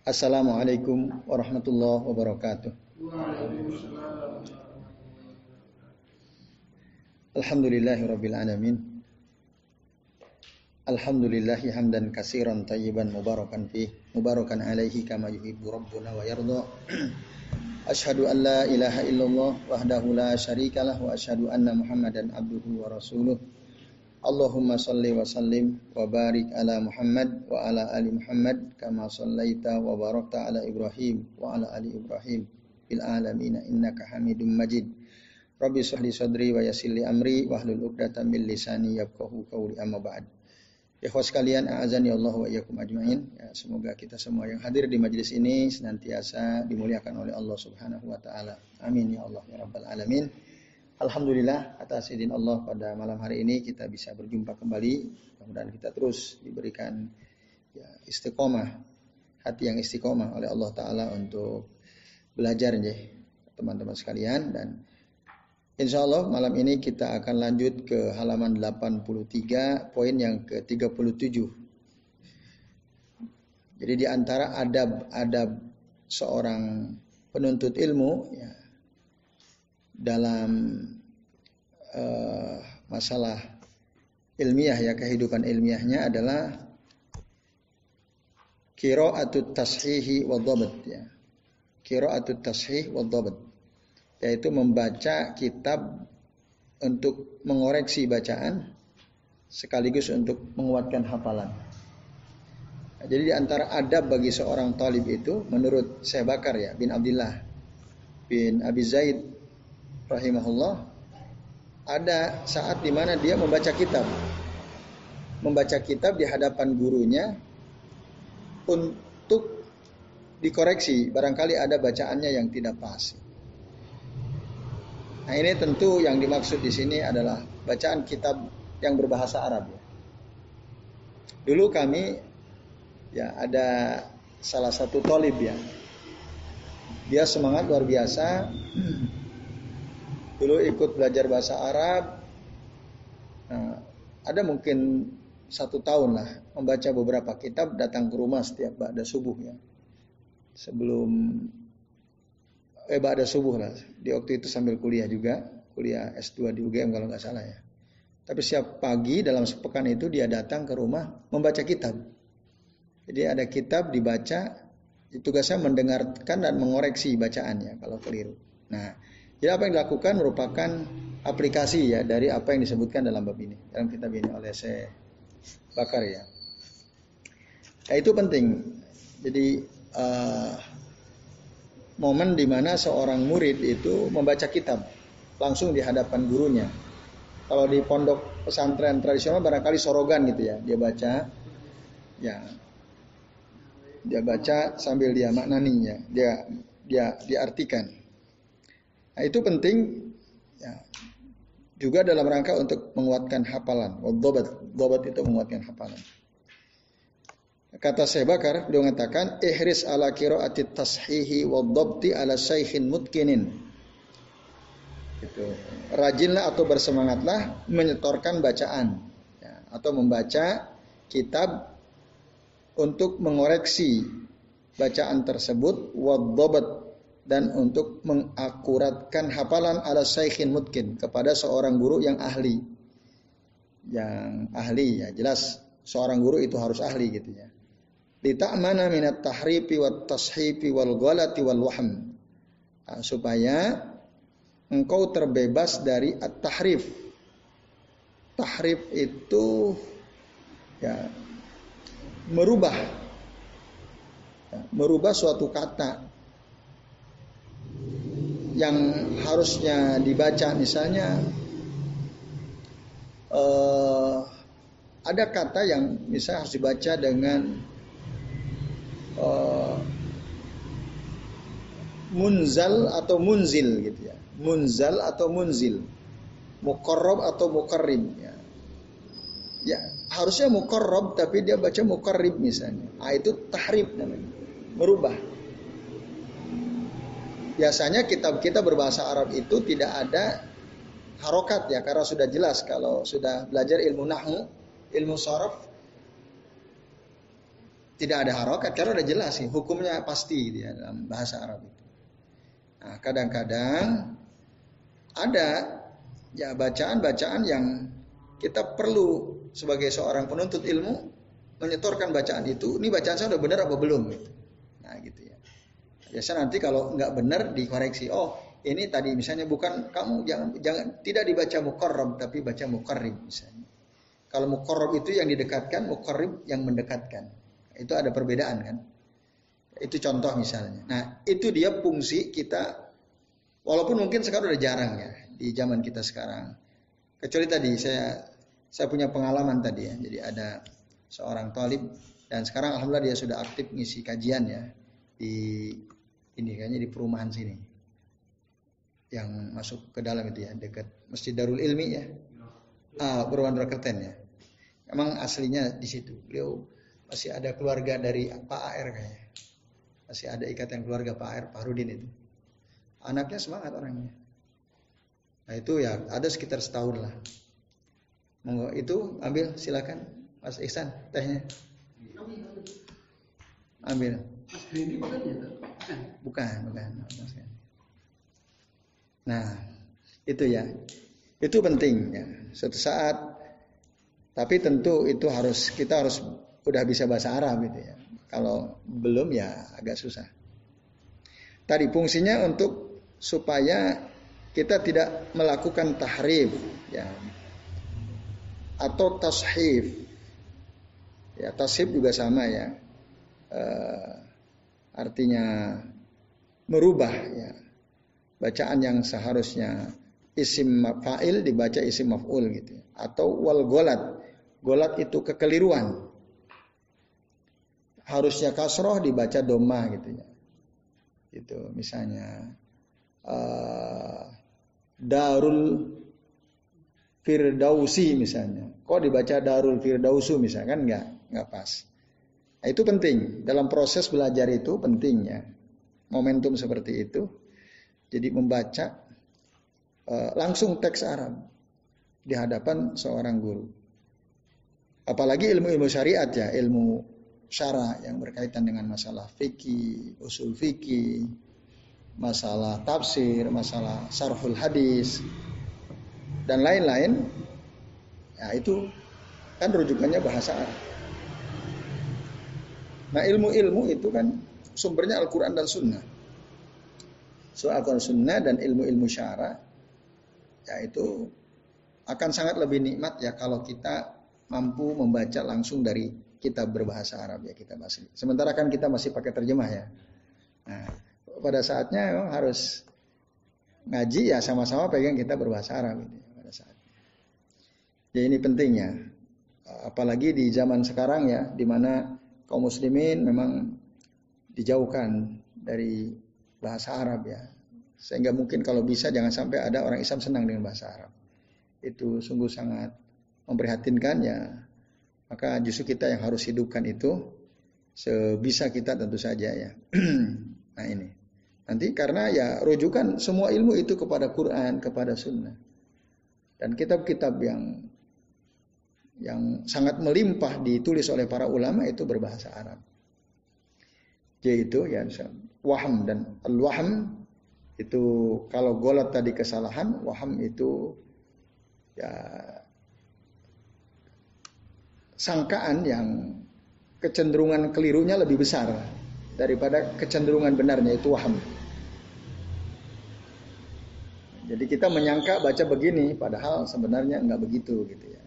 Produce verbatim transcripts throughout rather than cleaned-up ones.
Assalamualaikum warahmatullahi wabarakatuh. Alhamdulillahirabbil alamin. Alhamdulillahi hamdan katsiran tayyiban mubarakan fih, mubarakan alaihi kama yuhibbu rabbuna wa yarda. Asyhadu an la ilaha illallah wahdahu la syarikalah wa asyhadu anna Muhammadan abduhu wa rasuluh. Allahumma salli wa sallim wa barik ala Muhammad wa ala ali Muhammad kama sallaita wa barakta ala Ibrahim wa ala ali Ibrahim fil alamin innaka Hamidum Majid. Rabbi shrah li sadri wa yassir li amri wahlul 'uqdatam min lisani yafqahu qawli amma ba'd. Ikhwas sekalian, a'azani Allah wa iyyakum ajmain. Ya, semoga kita semua yang hadir di majelis ini senantiasa dimuliakan oleh Allah Subhanahu wa taala. Amin ya Allah ya rabbal alamin. Alhamdulillah atas izin Allah pada malam hari ini kita bisa berjumpa kembali. Mudah-mudahan kita terus diberikan ya, istiqomah, hati yang istiqomah oleh Allah Ta'ala untuk belajar ya, teman-teman sekalian. Dan insya Allah malam ini kita akan lanjut ke halaman delapan puluh tiga, poin yang ke tiga puluh tujuh. Jadi di antara adab-adab seorang penuntut ilmu ya, dalam uh, masalah ilmiah ya, kehidupan ilmiahnya adalah qiraatut tashihi wa dhabt ya. Qiraatut tashih wa dhabt, yaitu membaca kitab untuk mengoreksi bacaan sekaligus untuk menguatkan hafalan. Nah, jadi di antara adab bagi seorang talib itu menurut Syekh Bakar ya bin Abdullah bin Abi Zaid rahimahullah, ada saat di mana dia membaca kitab. Membaca kitab di hadapan gurunya untuk dikoreksi, barangkali ada bacaannya yang tidak pas. Nah, ini tentu yang dimaksud di sini adalah bacaan kitab yang berbahasa Arab ya. Dulu kami ya ada salah satu thalib ya. Dia semangat luar biasa. Dulu ikut belajar bahasa Arab, nah, ada mungkin satu tahun lah membaca beberapa kitab, datang ke rumah setiap ba'da subuh ya. Sebelum eh ba'da subuh lah. Di waktu itu sambil kuliah juga, kuliah S dua di U G M kalau nggak salah ya. Tapi setiap pagi dalam sepekan itu dia datang ke rumah membaca kitab. Jadi ada kitab dibaca, tugasnya mendengarkan dan mengoreksi bacaannya kalau keliru. Nah, jadi apa yang dilakukan merupakan aplikasi ya dari apa yang disebutkan dalam bab ini, dalam kitab ini oleh Syekh Bakar ya. Nah, itu penting. Jadi uh, momen di mana seorang murid itu membaca kitab langsung di hadapan gurunya. Kalau di pondok pesantren tradisional barangkali sorogan gitu ya, dia baca, ya, dia baca sambil dia maknaninya, dia dia diartikan. Nah, itu penting ya, juga dalam rangka untuk menguatkan hafalan. Dhabt, dhabt itu menguatkan hafalan. Kata Syekh Bakar, dia mengatakan ihris ala qiraatit tashihi wa dhabti ala syaikhin mutkinin. Itu. Rajinlah atau bersemangatlah menyetorkan bacaan ya, atau membaca kitab untuk mengoreksi bacaan tersebut wa dhabt, dan untuk mengakuratkan hafalan ala syaikhin mutkin, kepada seorang guru yang ahli. Yang ahli ya, jelas seorang guru itu harus ahli gitu ya. Li ta'mana minat tahrifi wat tashifi wal ghalati wal wahm. Nah, supaya engkau terbebas dari at-tahrif. Tahrif itu ya merubah ya, merubah suatu kata yang harusnya dibaca, misalnya uh, ada kata yang misalnya harus dibaca dengan uh, munzal atau munzil gitu ya, munzal atau munzil, muqarrab atau muqarrib ya. Ya harusnya muqarrab tapi dia baca muqarrib misalnya, ah itu tahrif namanya, merubah. Biasanya kitab-kitab berbahasa Arab itu tidak ada harokat ya, karena sudah jelas kalau sudah belajar ilmu nahwu, ilmu sharaf, tidak ada harokat karena udah jelas sih hukumnya pasti gitu ya, dalam bahasa Arab itu. Nah, kadang-kadang ada ya bacaan-bacaan yang kita perlu sebagai seorang penuntut ilmu menyetorkan bacaan itu, ini bacaan saya udah benar apa belum gitu. Nah gitu ya. Biasa nanti kalau nggak benar dikoreksi. Oh ini tadi misalnya bukan kamu jangan jangan tidak dibaca muqarrab tapi baca muqarrib misalnya. Kalau muqarrab itu yang didekatkan, muqarrib yang mendekatkan. Itu ada perbedaan kan. Itu contoh misalnya. Nah itu dia fungsi kita. Walaupun mungkin sekarang udah jarang ya di zaman kita sekarang. Kecuali tadi saya saya punya pengalaman tadi ya. Jadi ada seorang talib dan sekarang alhamdulillah dia sudah aktif ngisi kajian ya di ini kayaknya di perumahan sini. Yang masuk ke dalam itu ya dekat Masjid Darul Ilmi ya. Ah, perumahan Rakerten ya. Emang aslinya di situ. Beliau masih ada keluarga dari Pak A R kayaknya. Masih ada ikatan keluarga Pak A R Pak Rudin itu. Anaknya semangat orangnya. Nah itu ya ada sekitar setahun lah. Monggo itu ambil silakan Mas Ihsan tehnya. Ambil. Bukan, bukan. Nah itu ya. Itu penting ya. Suatu saat. Tapi tentu itu harus kita harus udah bisa bahasa Arab gitu ya. Kalau belum ya agak susah. Tadi fungsinya untuk supaya kita tidak melakukan tahrif ya atau tashif ya tashif juga sama ya e, artinya merubah ya bacaan yang seharusnya isim fa'il dibaca isim maf'ul gitu atau wal golat golat itu kekeliruan harusnya kasroh dibaca doma gitu ya itu misalnya Uh, Darul Firdausi misalnya, kok dibaca Darul Firdausu misalnya kan nggak nggak pas. Nah, itu penting dalam proses belajar itu pentingnya momentum seperti itu. Jadi membaca uh, langsung teks Arab di hadapan seorang guru. Apalagi ilmu-ilmu syariat ya, ilmu syara yang berkaitan dengan masalah fikih, usul fikih. Masalah tafsir, masalah syarhul hadis dan lain-lain. Ya itu kan rujukannya bahasa Arab. Nah ilmu-ilmu itu kan sumbernya Al-Quran dan Sunnah. Soal Al-Quran Sunnah dan ilmu-ilmu syara, ya itu akan sangat lebih nikmat ya kalau kita mampu membaca langsung dari kitab berbahasa Arab ya kita masih. Sementara kan kita masih pakai terjemah ya. Nah, pada saatnya harus ngaji ya sama-sama pegang kita berbahasa Arab gitu, pada saatnya. Ya ini pentingnya. Apalagi di zaman sekarang ya, di mana kaum muslimin memang dijauhkan dari bahasa Arab ya. Sehingga mungkin kalau bisa jangan sampai ada orang Islam senang dengan bahasa Arab. Itu sungguh sangat memprihatinkan ya. Maka justru kita yang harus hidupkan itu sebisa kita tentu saja ya. Nah ini. Nanti karena ya rujukan semua ilmu itu kepada Quran, kepada Sunnah. Dan kitab-kitab yang yang sangat melimpah ditulis oleh para ulama itu berbahasa Arab. Yaitu ya waham dan al-waham itu kalau golat tadi kesalahan, waham itu ya sangkaan yang kecenderungan kelirunya lebih besar daripada kecenderungan benarnya itu waham. Jadi kita menyangka baca begini, padahal sebenarnya enggak begitu gitu ya.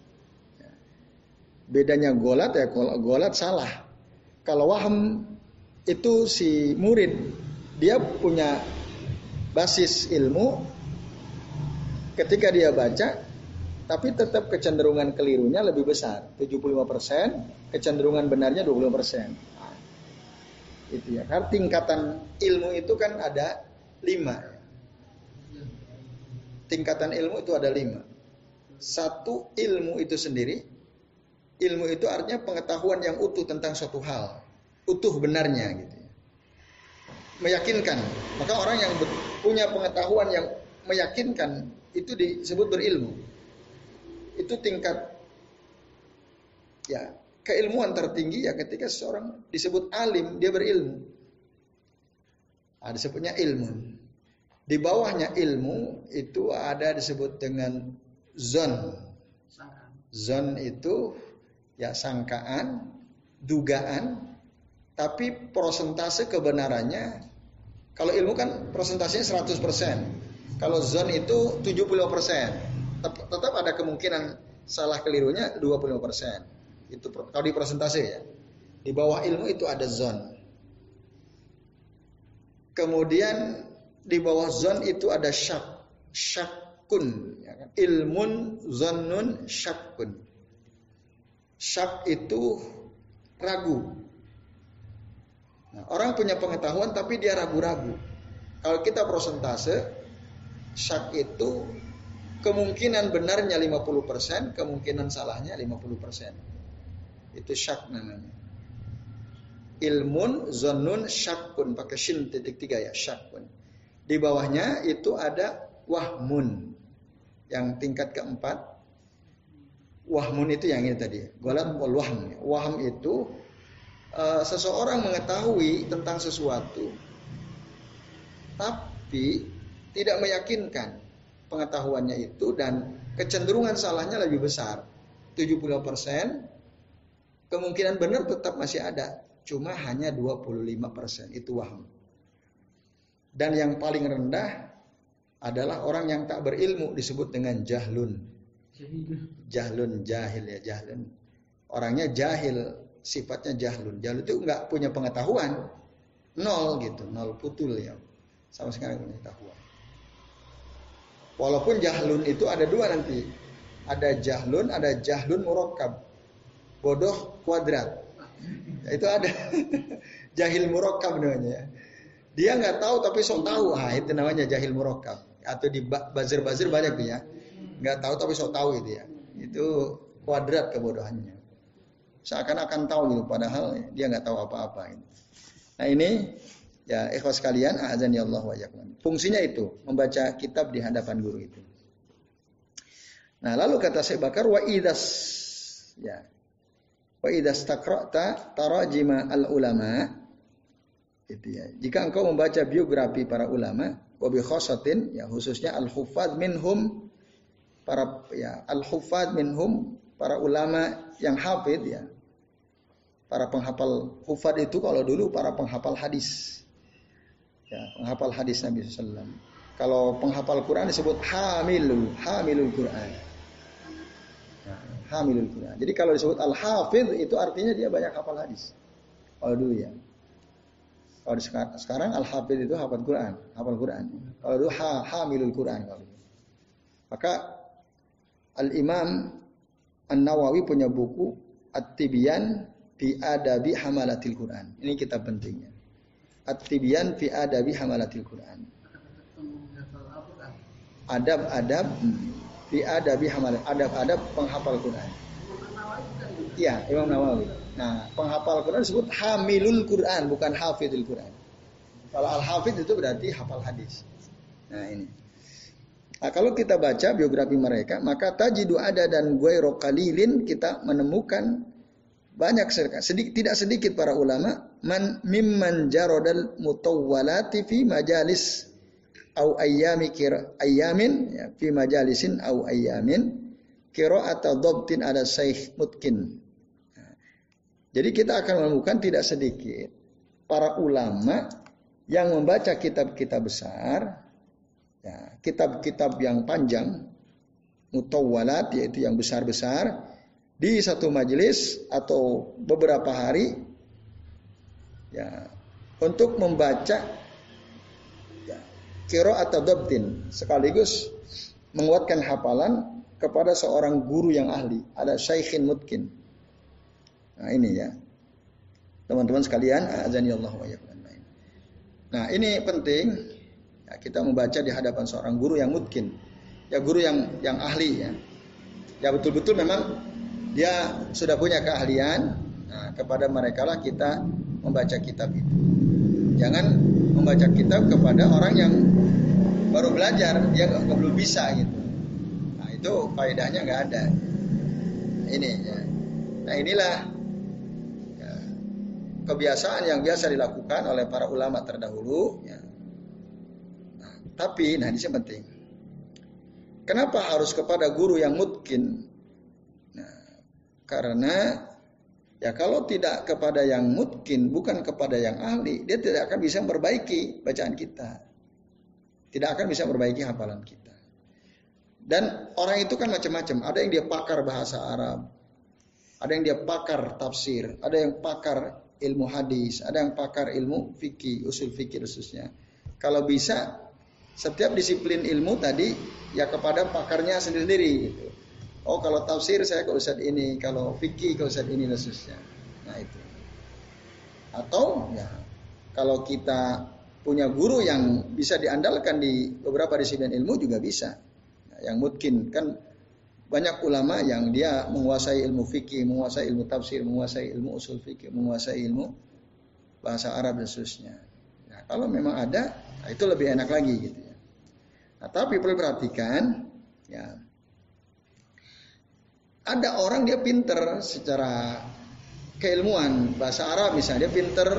Bedanya golat ya, kalau golat salah. Kalau waham itu si murid dia punya basis ilmu, ketika dia baca, tapi tetap kecenderungan kelirunya lebih besar, tujuh puluh lima persen, kecenderungan benarnya dua puluh lima persen. Nah, itu ya. Karena tingkatan ilmu itu kan ada lima. Tingkatan ilmu itu ada lima. Satu ilmu itu sendiri, ilmu itu artinya pengetahuan yang utuh tentang suatu hal, utuh benarnya gitu ya. Meyakinkan. Maka orang yang punya pengetahuan yang meyakinkan itu disebut berilmu. Itu tingkat ya keilmuan tertinggi ya ketika seseorang disebut alim, dia berilmu. Nah, disebutnya ilmu. Di bawahnya ilmu itu ada disebut dengan zon. Zon itu ya sangkaan, dugaan, tapi persentase kebenarannya, kalau ilmu kan persentasenya seratus persen. Kalau zon itu tujuh puluh persen. Tetap, tetap ada kemungkinan salah kelirunya dua puluh persen. Itu kalau di persentase ya. Di bawah ilmu itu ada zon. Kemudian di bawah zon itu ada syak, syakkun, ya kan? Ilmun, zonnun, syakkun. Syak itu ragu. Nah, orang punya pengetahuan tapi dia ragu-ragu. Kalau kita persentase, syak itu kemungkinan benarnya lima puluh persen, kemungkinan salahnya lima puluh persen. Itu syak namanya. Ilmun, zonnun, syakkun, pakai shin titik tiga ya, syakkun. Di bawahnya itu ada wahmun, yang tingkat keempat. Wahmun itu yang ini tadi, golat wal wahm. Wahm itu uh, seseorang mengetahui tentang sesuatu, tapi tidak meyakinkan pengetahuannya itu dan kecenderungan salahnya lebih besar. tujuh puluh persen kemungkinan benar tetap masih ada, cuma hanya dua puluh lima persen itu wahm. Dan yang paling rendah adalah orang yang tak berilmu, disebut dengan jahlun. Jahlun, jahil ya, jahlun. Orangnya jahil, sifatnya jahlun. Jahlun itu enggak punya pengetahuan, nol gitu, nol putul ya, sama sekali pengetahuan. Walaupun jahlun itu ada dua nanti, ada jahlun, ada jahlun murakkab, bodoh kuadrat. Ya, itu ada jahil murakkab namanya. Dia nggak tahu tapi sok tahu, ah itu namanya jahil murakkab. Atau di buzzer-buzzer banyak tuh ya, nggak tahu tapi sok tahu itu ya. Itu kuadrat kebodohannya. Seakan-akan tahu gitu, padahal dia nggak tahu apa-apa. Gitu. Nah ini ya ikhwas sekalian, azani Allah wa iyyakum. Fungsinya itu membaca kitab di hadapan guru itu. Nah lalu kata Syekh Bakar, wa idas ya wa idas taqra'ta tarajima al ulama. Itu ya. Jika engkau membaca biografi para ulama, wabi khosatin, ya khususnya al-huffaz minhum, para ya al-huffaz minhum, para ulama yang hafid ya. Para penghafal huffaz itu kalau dulu para penghafal hadis. Ya, penghafal hadis Nabi sallallahu alaihi wasallam. Kalau penghafal Quran disebut hamilul, hamilul Quran. Ya, hamilul Quran. Jadi kalau disebut al-hafidh itu artinya dia banyak hafal hadis. Kalau dulu ya. Kalau sekarang al-hafidh itu hafal Quran, hafal Quran. Kalau dulu ha, hamilul Quran kalau. Maka Al-Imam An-Nawawi punya buku At-Tibyan fi Adabi Hamalatil Quran. Ini kitab pentingnya. At-Tibyan fi Adabi Hamalatil Quran. Adab-adab fi Adabi Hamalat, adab-adab penghafal Quran. Iya, Imam Nawawi. Nah, penghafal Quran disebut hamilul Quran, bukan hafidul Quran. Kalau al-hafidh itu berarti hafal hadis. Nah, ini. Nah, kalau kita baca biografi mereka, maka tajidu ada dan ghairu qalilin, kita menemukan banyak sedikit, tidak sedikit para ulama man mimman jaradal mutawwalati fi majalis au ayyami kira ayyamin ya, fi majalisin au ayyamin qira'ata dhabtin ala syekh mutkin. Jadi kita akan menemukan tidak sedikit para ulama yang membaca kitab-kitab besar, ya, kitab-kitab yang panjang, mutawwalat, yaitu yang besar-besar, di satu majelis atau beberapa hari, ya, untuk membaca ya, qira'at dabtin, sekaligus menguatkan hafalan kepada seorang guru yang ahli, ada syaikhin mutkin. Nah ini ya, teman-teman sekalian, azani Allah wa iyyakum. Nah ini penting ya, kita membaca di hadapan seorang guru yang mutkin, ya guru yang yang ahli ya, ya betul-betul memang dia sudah punya keahlian. Nah, kepada mereka lah kita membaca kitab itu. Jangan membaca kitab kepada orang yang baru belajar, dia nggak belum bisa gitu. Nah itu faedahnya nggak ada. Ini ya. Nah inilah kebiasaan yang biasa dilakukan oleh para ulama terdahulu. Ya. Nah, tapi, nah ini yang penting. Kenapa harus kepada guru yang mutkin? Nah, karena ya kalau tidak kepada yang mutkin, bukan kepada yang ahli, dia tidak akan bisa memperbaiki bacaan kita. Tidak akan bisa memperbaiki hafalan kita. Dan orang itu kan macam-macam. Ada yang dia pakar bahasa Arab, ada yang dia pakar tafsir, ada yang pakar ilmu hadis, ada yang pakar ilmu fikih, usul fikih khususnya. Kalau bisa setiap disiplin ilmu tadi ya kepada pakarnya sendiri-sendiri gitu. Oh kalau tafsir saya ke ustadz ini, kalau fikih ke ustadz ini khususnya. Nah itu. Atau ya kalau kita punya guru yang bisa diandalkan di beberapa disiplin ilmu juga bisa. Nah, yang mungkin kan banyak ulama yang dia menguasai ilmu fikih, menguasai ilmu tafsir, menguasai ilmu usul fikih, menguasai ilmu bahasa Arab dan seterusnya. Nah, kalau memang ada, nah itu lebih enak lagi gitu ya. Nah, tapi perlu perhatikan ya. Ada orang dia pinter secara keilmuan bahasa Arab misalnya, dia pinter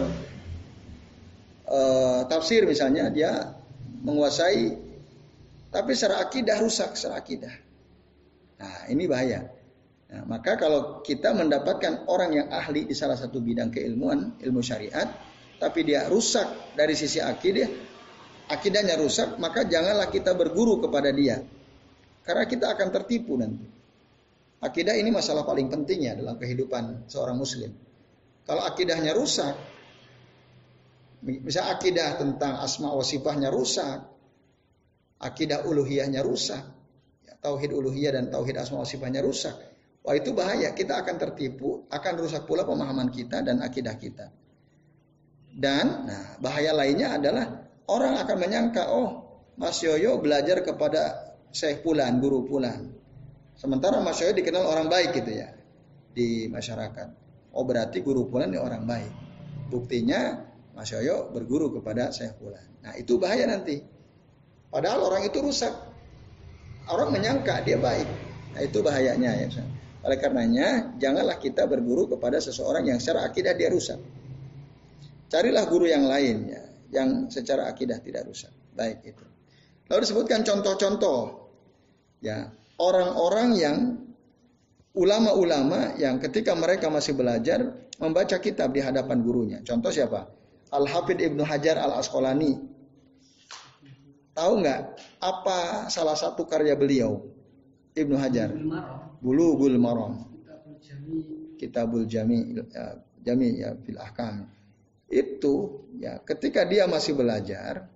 Uh, tafsir misalnya dia menguasai, tapi secara akidah rusak, secara akidah. Nah ini bahaya. Nah, maka kalau kita mendapatkan orang yang ahli di salah satu bidang keilmuan, ilmu syariat, tapi dia rusak dari sisi akidah, akidahnya rusak, maka janganlah kita berguru kepada dia, karena kita akan tertipu nanti. Akidah ini masalah paling pentingnya dalam kehidupan seorang muslim. Kalau akidahnya rusak, misal akidah tentang asma wa sifahnya rusak, akidah uluhiyahnya rusak, ya, tauhid uluhiyah dan tauhid asma wa sifahnya rusak, wah itu bahaya, kita akan tertipu, akan rusak pula pemahaman kita dan akidah kita. Dan nah, bahaya lainnya adalah orang akan menyangka, oh Mas Yoyo belajar kepada Syekh Fulan, guru Fulan, sementara Mas Yoyo dikenal orang baik gitu ya di masyarakat. Oh berarti guru Fulan ini orang baik. Buktinya Mas Yoyo berguru kepada Syekh Fulan. Nah itu bahaya nanti. Padahal orang itu rusak. Orang menyangka dia baik. Nah itu bahayanya ya. Oleh karenanya janganlah kita berguru kepada seseorang yang secara akidah dia rusak. Carilah guru yang lain ya, yang secara akidah tidak rusak. Baik itu. Lalu disebutkan contoh-contoh ya orang-orang yang ulama-ulama yang ketika mereka masih belajar membaca kitab di hadapan gurunya. Contoh siapa? Al-Hafidh Ibnu Hajar Al-Asqalani. Tahu nggak apa salah satu karya beliau? Ibnu Hajar. Bulughul Maram. Kitabul Jami, ya, Jami ya fil Ahkam. Itu ya ketika dia masih belajar,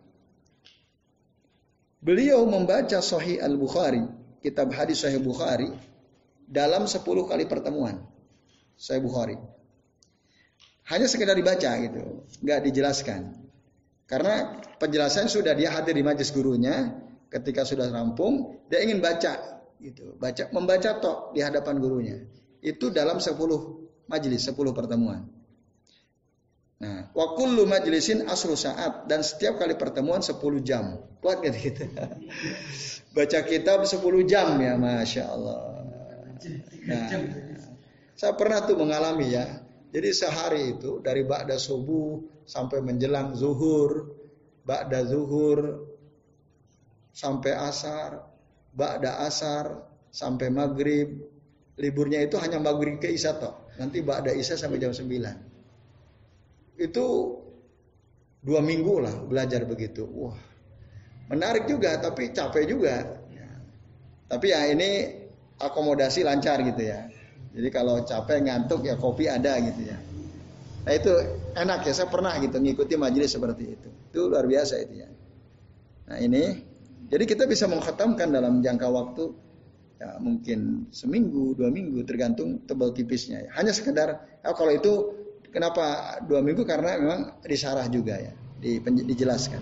beliau membaca Sahih Al-Bukhari, kitab hadis Sahih Bukhari dalam sepuluh kali pertemuan. Sahih Bukhari. Hanya sekedar dibaca gitu, nggak dijelaskan. Karena penjelasan sudah dia hadir di majelis gurunya, ketika sudah rampung, dia ingin baca gitu, baca membaca tok di hadapan gurunya. Itu dalam sepuluh majelis, sepuluh pertemuan. Nah, wa kullu majlisin asru saat, dan setiap kali pertemuan sepuluh jam. Kuat gitu gitu. Baca kitab sepuluh jam ya, Masya Allah. Nah, saya pernah tuh mengalami ya. Jadi sehari itu dari ba'da subuh sampai menjelang zuhur, ba'da zuhur sampai asar, ba'da asar sampai maghrib. Liburnya itu hanya maghrib ke isya toh. Nanti ba'da isya sampai jam sembilan. Itu dua minggu lah belajar begitu. Wah, menarik juga tapi capek juga. Tapi ya ini akomodasi lancar gitu ya. Jadi kalau capek ngantuk ya kopi ada gitu ya. Nah itu enak ya, saya pernah gitu ngikuti majelis seperti itu. Itu luar biasa itu ya. Nah ini, jadi kita bisa mengkhatamkan dalam jangka waktu ya mungkin seminggu, dua minggu tergantung tebal tipisnya. Ya. Hanya sekedar, ya kalau itu kenapa dua minggu karena memang disarah juga ya, di, dijelaskan.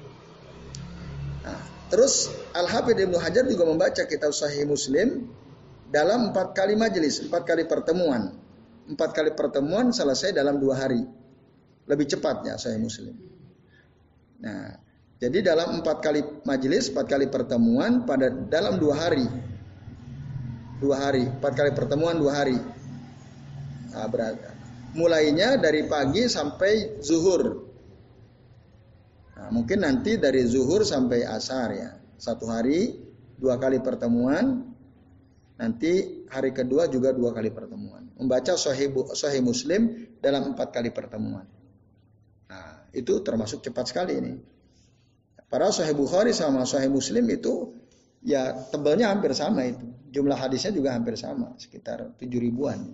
Nah, terus Al-Hafidh Ibnu Hajar juga membaca kitab Sahih Muslim dalam empat kali majelis, empat kali pertemuan. Empat kali pertemuan selesai dalam dua hari. Lebih cepatnya Sahih Muslim. Nah, jadi dalam empat kali majelis, empat kali pertemuan pada dalam dua hari. Dua hari, empat kali pertemuan dua hari. Nah, berarti mulainya dari pagi sampai zuhur. Nah, mungkin nanti dari zuhur sampai asar ya. Satu hari dua kali pertemuan. Nanti hari kedua juga dua kali pertemuan. Membaca Sahih, Sahih Muslim dalam empat kali pertemuan. Nah, itu termasuk cepat sekali ini. Padahal Sahih Bukhari sama Sahih Muslim itu ya tebalnya hampir sama itu. Jumlah hadisnya juga hampir sama, sekitar tujuh ribuan.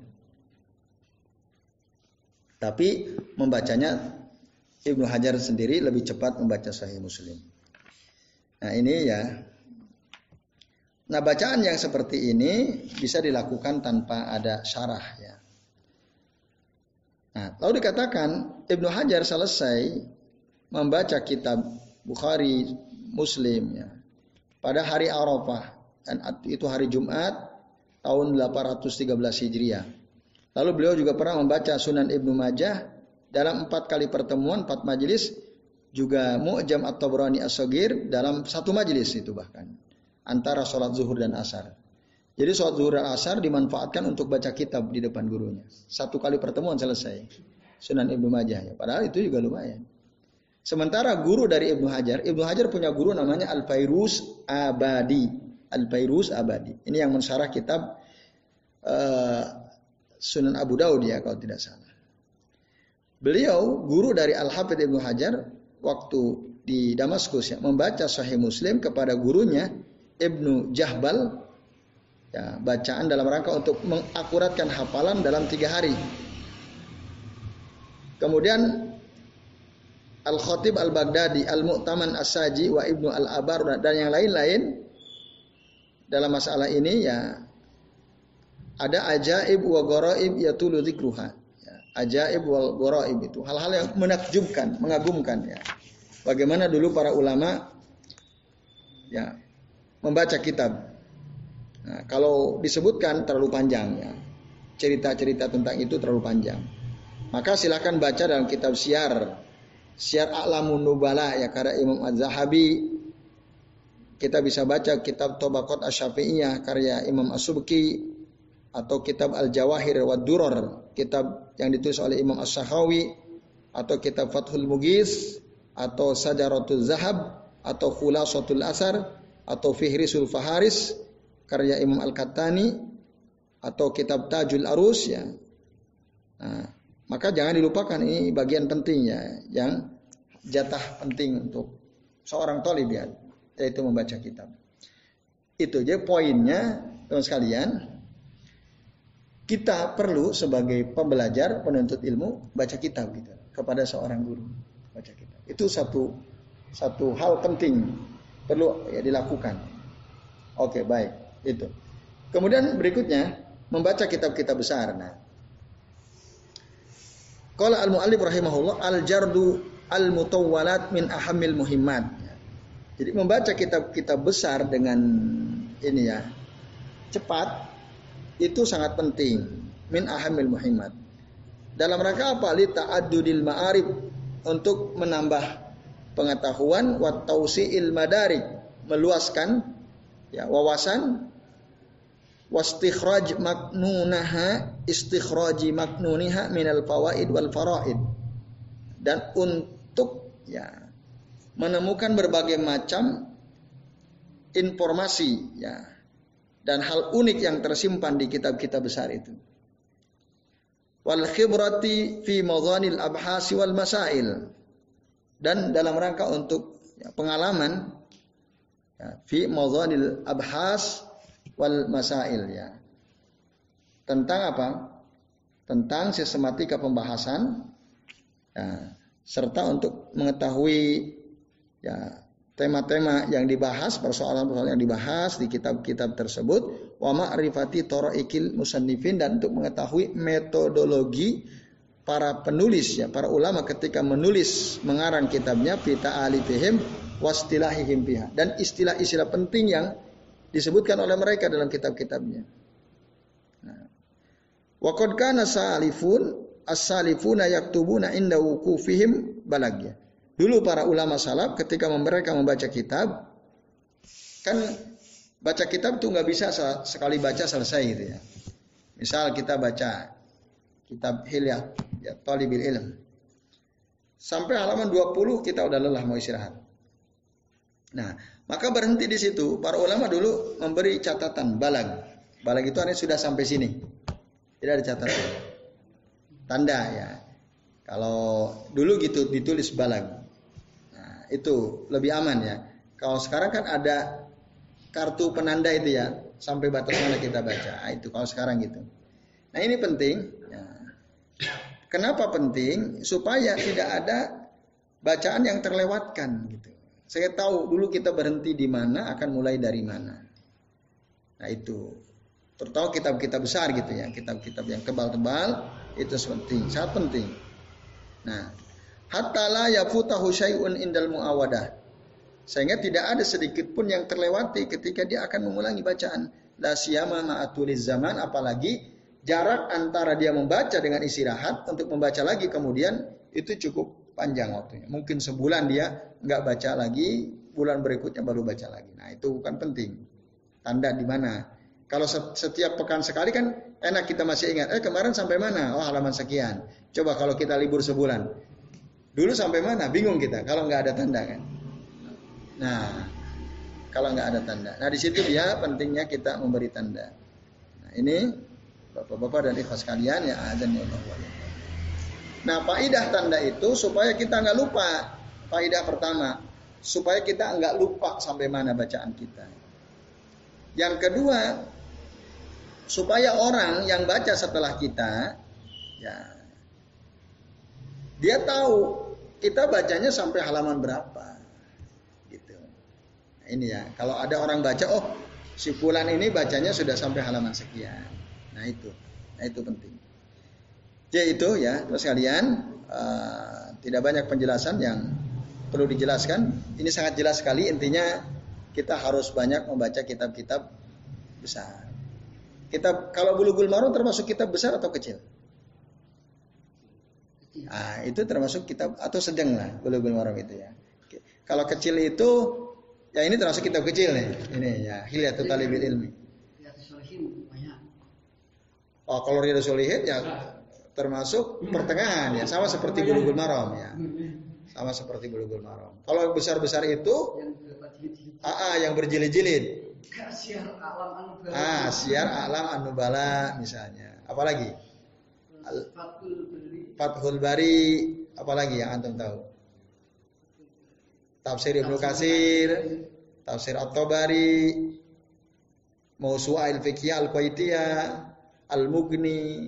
Tapi membacanya Ibnu Hajar sendiri lebih cepat membaca Sahih Muslim. Nah ini ya. Nah bacaan yang seperti ini bisa dilakukan tanpa ada syarah ya. Nah lalu dikatakan Ibnu Hajar selesai membaca kitab Bukhari Muslim ya pada hari Arafah dan itu hari Jumat tahun delapan ratus tiga belas Hijriah. Lalu beliau juga pernah membaca Sunan Ibnu Majah dalam empat kali pertemuan, empat majelis, juga Mu'jam At-Tabrani As-Shaghir dalam satu majelis itu bahkan antara sholat zuhur dan asar. Jadi sholat zuhur dan asar dimanfaatkan untuk baca kitab di depan gurunya. Satu kali pertemuan selesai. Sunan Ibnu Majah ya. Padahal itu juga lumayan. Sementara guru dari Ibnu Hajar, Ibnu Hajar punya guru namanya Al-Fairuz Abadi. Al-Fairuz Abadi. Ini yang mensyarah kitab uh, Sunan Abu Daud ya kalau tidak salah. Beliau guru dari Al-Hafidz Ibnu Hajar waktu di Damaskus ya, membaca Sahih Muslim kepada gurunya Ibnu Jahbal ya, bacaan dalam rangka untuk mengakuratkan hafalan dalam tiga hari. Kemudian Al-Khatib Al-Baghdadi, Al-Mu'taman As-Saji, wa Ibnu Al-Abar dan yang lain-lain dalam masalah ini ya ada ajaib wa gharaib yatulu dzikruha. Ya, ajaib wal gharaib itu hal-hal yang menakjubkan, mengagumkan ya. Bagaimana dulu para ulama ya membaca kitab. Nah, kalau disebutkan terlalu panjang ya. Cerita-cerita tentang itu terlalu panjang. Maka silakan baca dalam kitab Syiar. Syiar A'lamun Nubala ya karya Imam Az-Zahabi. Kita bisa baca kitab Tabaqat Asy-Syafi'iyah karya Imam As-Subki atau kitab Al-Jawahir wa Durar, kitab yang ditulis oleh Imam As-Sakhawi atau kitab Fathul Mughis atau Sajaratul Zahab atau Khulasatul Asar atau Fihrisul Faharis karya Imam Al-Kattani atau kitab Tajul Arus ya. Nah, maka jangan dilupakan ini bagian penting ya, yang jatah penting untuk seorang thalib ya, yaitu membaca kitab. Itu aja poinnya teman sekalian. Kita perlu sebagai pembelajar, penuntut ilmu baca kitab gitu kepada seorang guru, baca kitab. Itu satu satu hal penting perlu ya dilakukan. Oke, baik. Itu. Kemudian berikutnya membaca kitab-kitab besar. Nah, qala al-muallif rahimahullah al-jardu al-mutawwalat min ahammil muhimmat. Jadi membaca kitab-kitab besar dengan ini ya cepat itu sangat penting, min ahammil muhimmat. Dalam rangka apa? Li ta'addudil ma'arif, untuk menambah pengetahuan, wa tausi'il madarik, meluaskan ya wawasan, wastikhraj maknunaha istikhraji maknuniha minal fawaid wal faraid, dan untuk ya menemukan berbagai macam informasi ya dan hal unik yang tersimpan di kitab-kitab besar itu. Wal khibrati fi madhanil abhasi wal masail, dan dalam rangka untuk ya, pengalaman ya, fi madhanil abhas wal masail ya. Tentang apa? Tentang sistematika pembahasan ya, serta untuk mengetahui ya tema-tema yang dibahas, persoalan-persoalan yang dibahas di kitab-kitab tersebut, wa ma'rifati tharaikil musannifin, dan untuk mengetahui metodologi para penulis ya, para ulama ketika menulis mengarang kitabnya, fi ta'alifihim wastilahihim biha, dan istilah-istilah penting yang disebutkan oleh mereka dalam kitab-kitabnya. Nah, wa qad kana salifun as-salifuna yaktubuna inda wuqufihim balagya. Dulu para ulama salaf ketika mereka membaca kitab, kan baca kitab tuh nggak bisa sekali baca selesai gitu ya. Misal kita baca kitab Hilyah ya Thalibil Ilm. Sampai halaman dua puluh kita udah lelah mau istirahat. Nah, maka berhenti di situ. Para ulama dulu memberi catatan balag. Balag itu artinya sudah sampai sini. Tidak ada catatan. Tanda ya. Kalau dulu gitu ditulis balag. Nah, itu lebih aman ya. Kalau sekarang kan ada kartu penanda itu ya, sampai batas mana kita baca. Nah, itu kalau sekarang gitu. Nah, ini penting. Ya. Kenapa penting? Supaya tidak ada bacaan yang terlewatkan gitu. Saya tahu dulu kita berhenti di mana, akan mulai dari mana. Nah, itu. Terutama kitab-kitab besar gitu ya, kitab-kitab yang tebal-tebal itu penting, sangat penting. Nah, hatta la yafutahu syai'un indal muawadah. Sehingga tidak ada sedikit pun yang terlewati ketika dia akan mengulangi bacaan. La siyama ma'atuliz zaman, apalagi jarak antara dia membaca dengan istirahat untuk membaca lagi kemudian itu cukup panjang waktunya. Mungkin sebulan dia nggak baca lagi, bulan berikutnya baru baca lagi. Nah, itu bukan penting. Tanda di mana? Kalau setiap pekan sekali kan enak kita masih ingat. Eh kemarin sampai mana? Oh halaman sekian. Coba kalau kita libur sebulan. Dulu sampai mana? Bingung kita kalau nggak ada tanda kan. Nah, kalau nggak ada tanda. Nah di situ dia pentingnya kita memberi tanda. Nah ini bapak-bapak dan ikhwas sekalian ya azan ya Allah. Nah faidah tanda itu supaya kita nggak lupa. Faidah pertama supaya kita nggak lupa sampai mana bacaan kita. Yang kedua, supaya orang yang baca setelah kita, ya, dia tahu kita bacanya sampai halaman berapa, gitu. Nah, ini ya, kalau ada orang baca, oh, si fulan ini bacanya sudah sampai halaman sekian. Nah itu, nah itu penting. Jadi itu ya, terus kalian uh, tidak banyak penjelasan yang perlu dijelaskan. Ini sangat jelas sekali intinya. Kita harus banyak membaca kitab-kitab besar. Kitab kalau Bulughul Maram termasuk kitab besar atau kecil? Ah, itu termasuk kitab atau sedang lah Bulughul Maram itu ya. Kalau kecil itu ya ini termasuk kitab kecil nih. Ini ya Hilyatul Talibil Ilmi. Oh, kalau Riyadhus Shalihin ya termasuk pertengahan ya, sama seperti Bulughul Maram ya. Sama seperti Bulughul Maram. Kalau besar-besar itu A A yang berjilid-jilid. Ah, Syiar A'lam An-Nubala misalnya. Apalagi? Fathul Bari, apalagi yang antum tahu? Tafsir Ibnu Katsir, Tafsir At-Tabari, Mawsu'ah al-Fiqhiyah Al-Qaitiyah, Al-Mughni,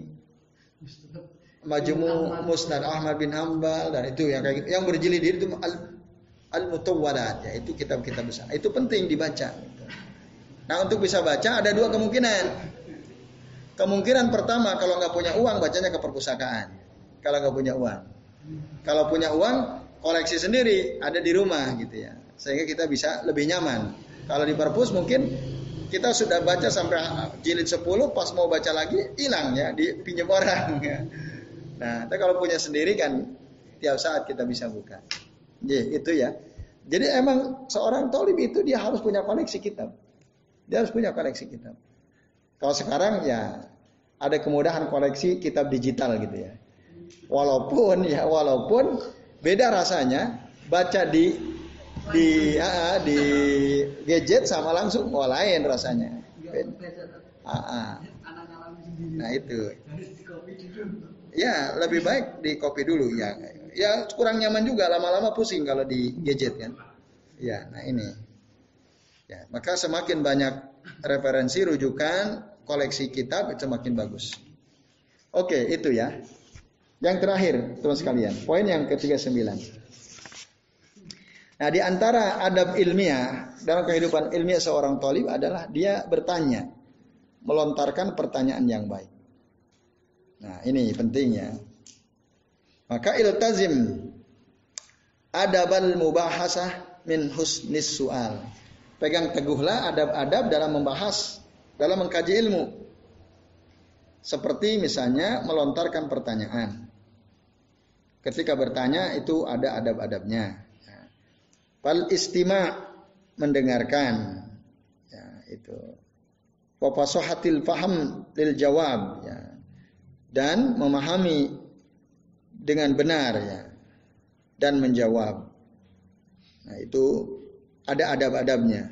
Majmu' Musnad Ahmad bin Hanbal, dan itu yang kayak gitu. Yang berjilid itu al Al-Mutawwalat, yaitu kitab-kitab besar. Itu penting dibaca. Nah untuk bisa baca ada dua kemungkinan. Kemungkinan pertama kalau nggak punya uang bacanya ke perpustakaan. Kalau nggak punya uang. Kalau punya uang koleksi sendiri ada di rumah gitu ya. Sehingga kita bisa lebih nyaman. Kalau di perpus mungkin kita sudah baca sampai jilid sepuluh pas mau baca lagi hilang ya, dipinjam orang ya. Nah, tapi kalau punya sendiri kan tiap saat kita bisa buka. Jadi itu ya. Jadi emang seorang thalib itu dia harus punya koleksi kitab. Dia harus punya koleksi kitab. Kalau sekarang ya ada kemudahan koleksi kitab digital gitu ya. Walaupun ya walaupun beda rasanya baca di di uh, di gadget sama langsung oh, lain rasanya. Uh, uh. Nah itu. Ya lebih baik di copy dulu ya. Ya kurang nyaman juga lama-lama pusing kalau di gadget kan. Ya nah ini. Ya, maka semakin banyak referensi rujukan koleksi kitab itu semakin bagus. Oke, itu ya. Yang terakhir, teman sekalian, poin yang ketiga sembilan. Nah, di antara adab ilmiah dalam kehidupan ilmiah seorang thalib adalah dia bertanya, melontarkan pertanyaan yang baik. Nah, ini pentingnya. Maka iltazim adabal mubahasah min husnis su'al. Pegang teguhlah adab-adab dalam membahas, dalam mengkaji ilmu. Seperti misalnya melontarkan pertanyaan. Ketika bertanya itu ada adab-adabnya. Fal istima' mendengarkan. Ya, itu. Wa fasahatil faham lil jawab. Ya. dan memahami dengan benar ya dan menjawab. Nah, itu ada adab-adabnya.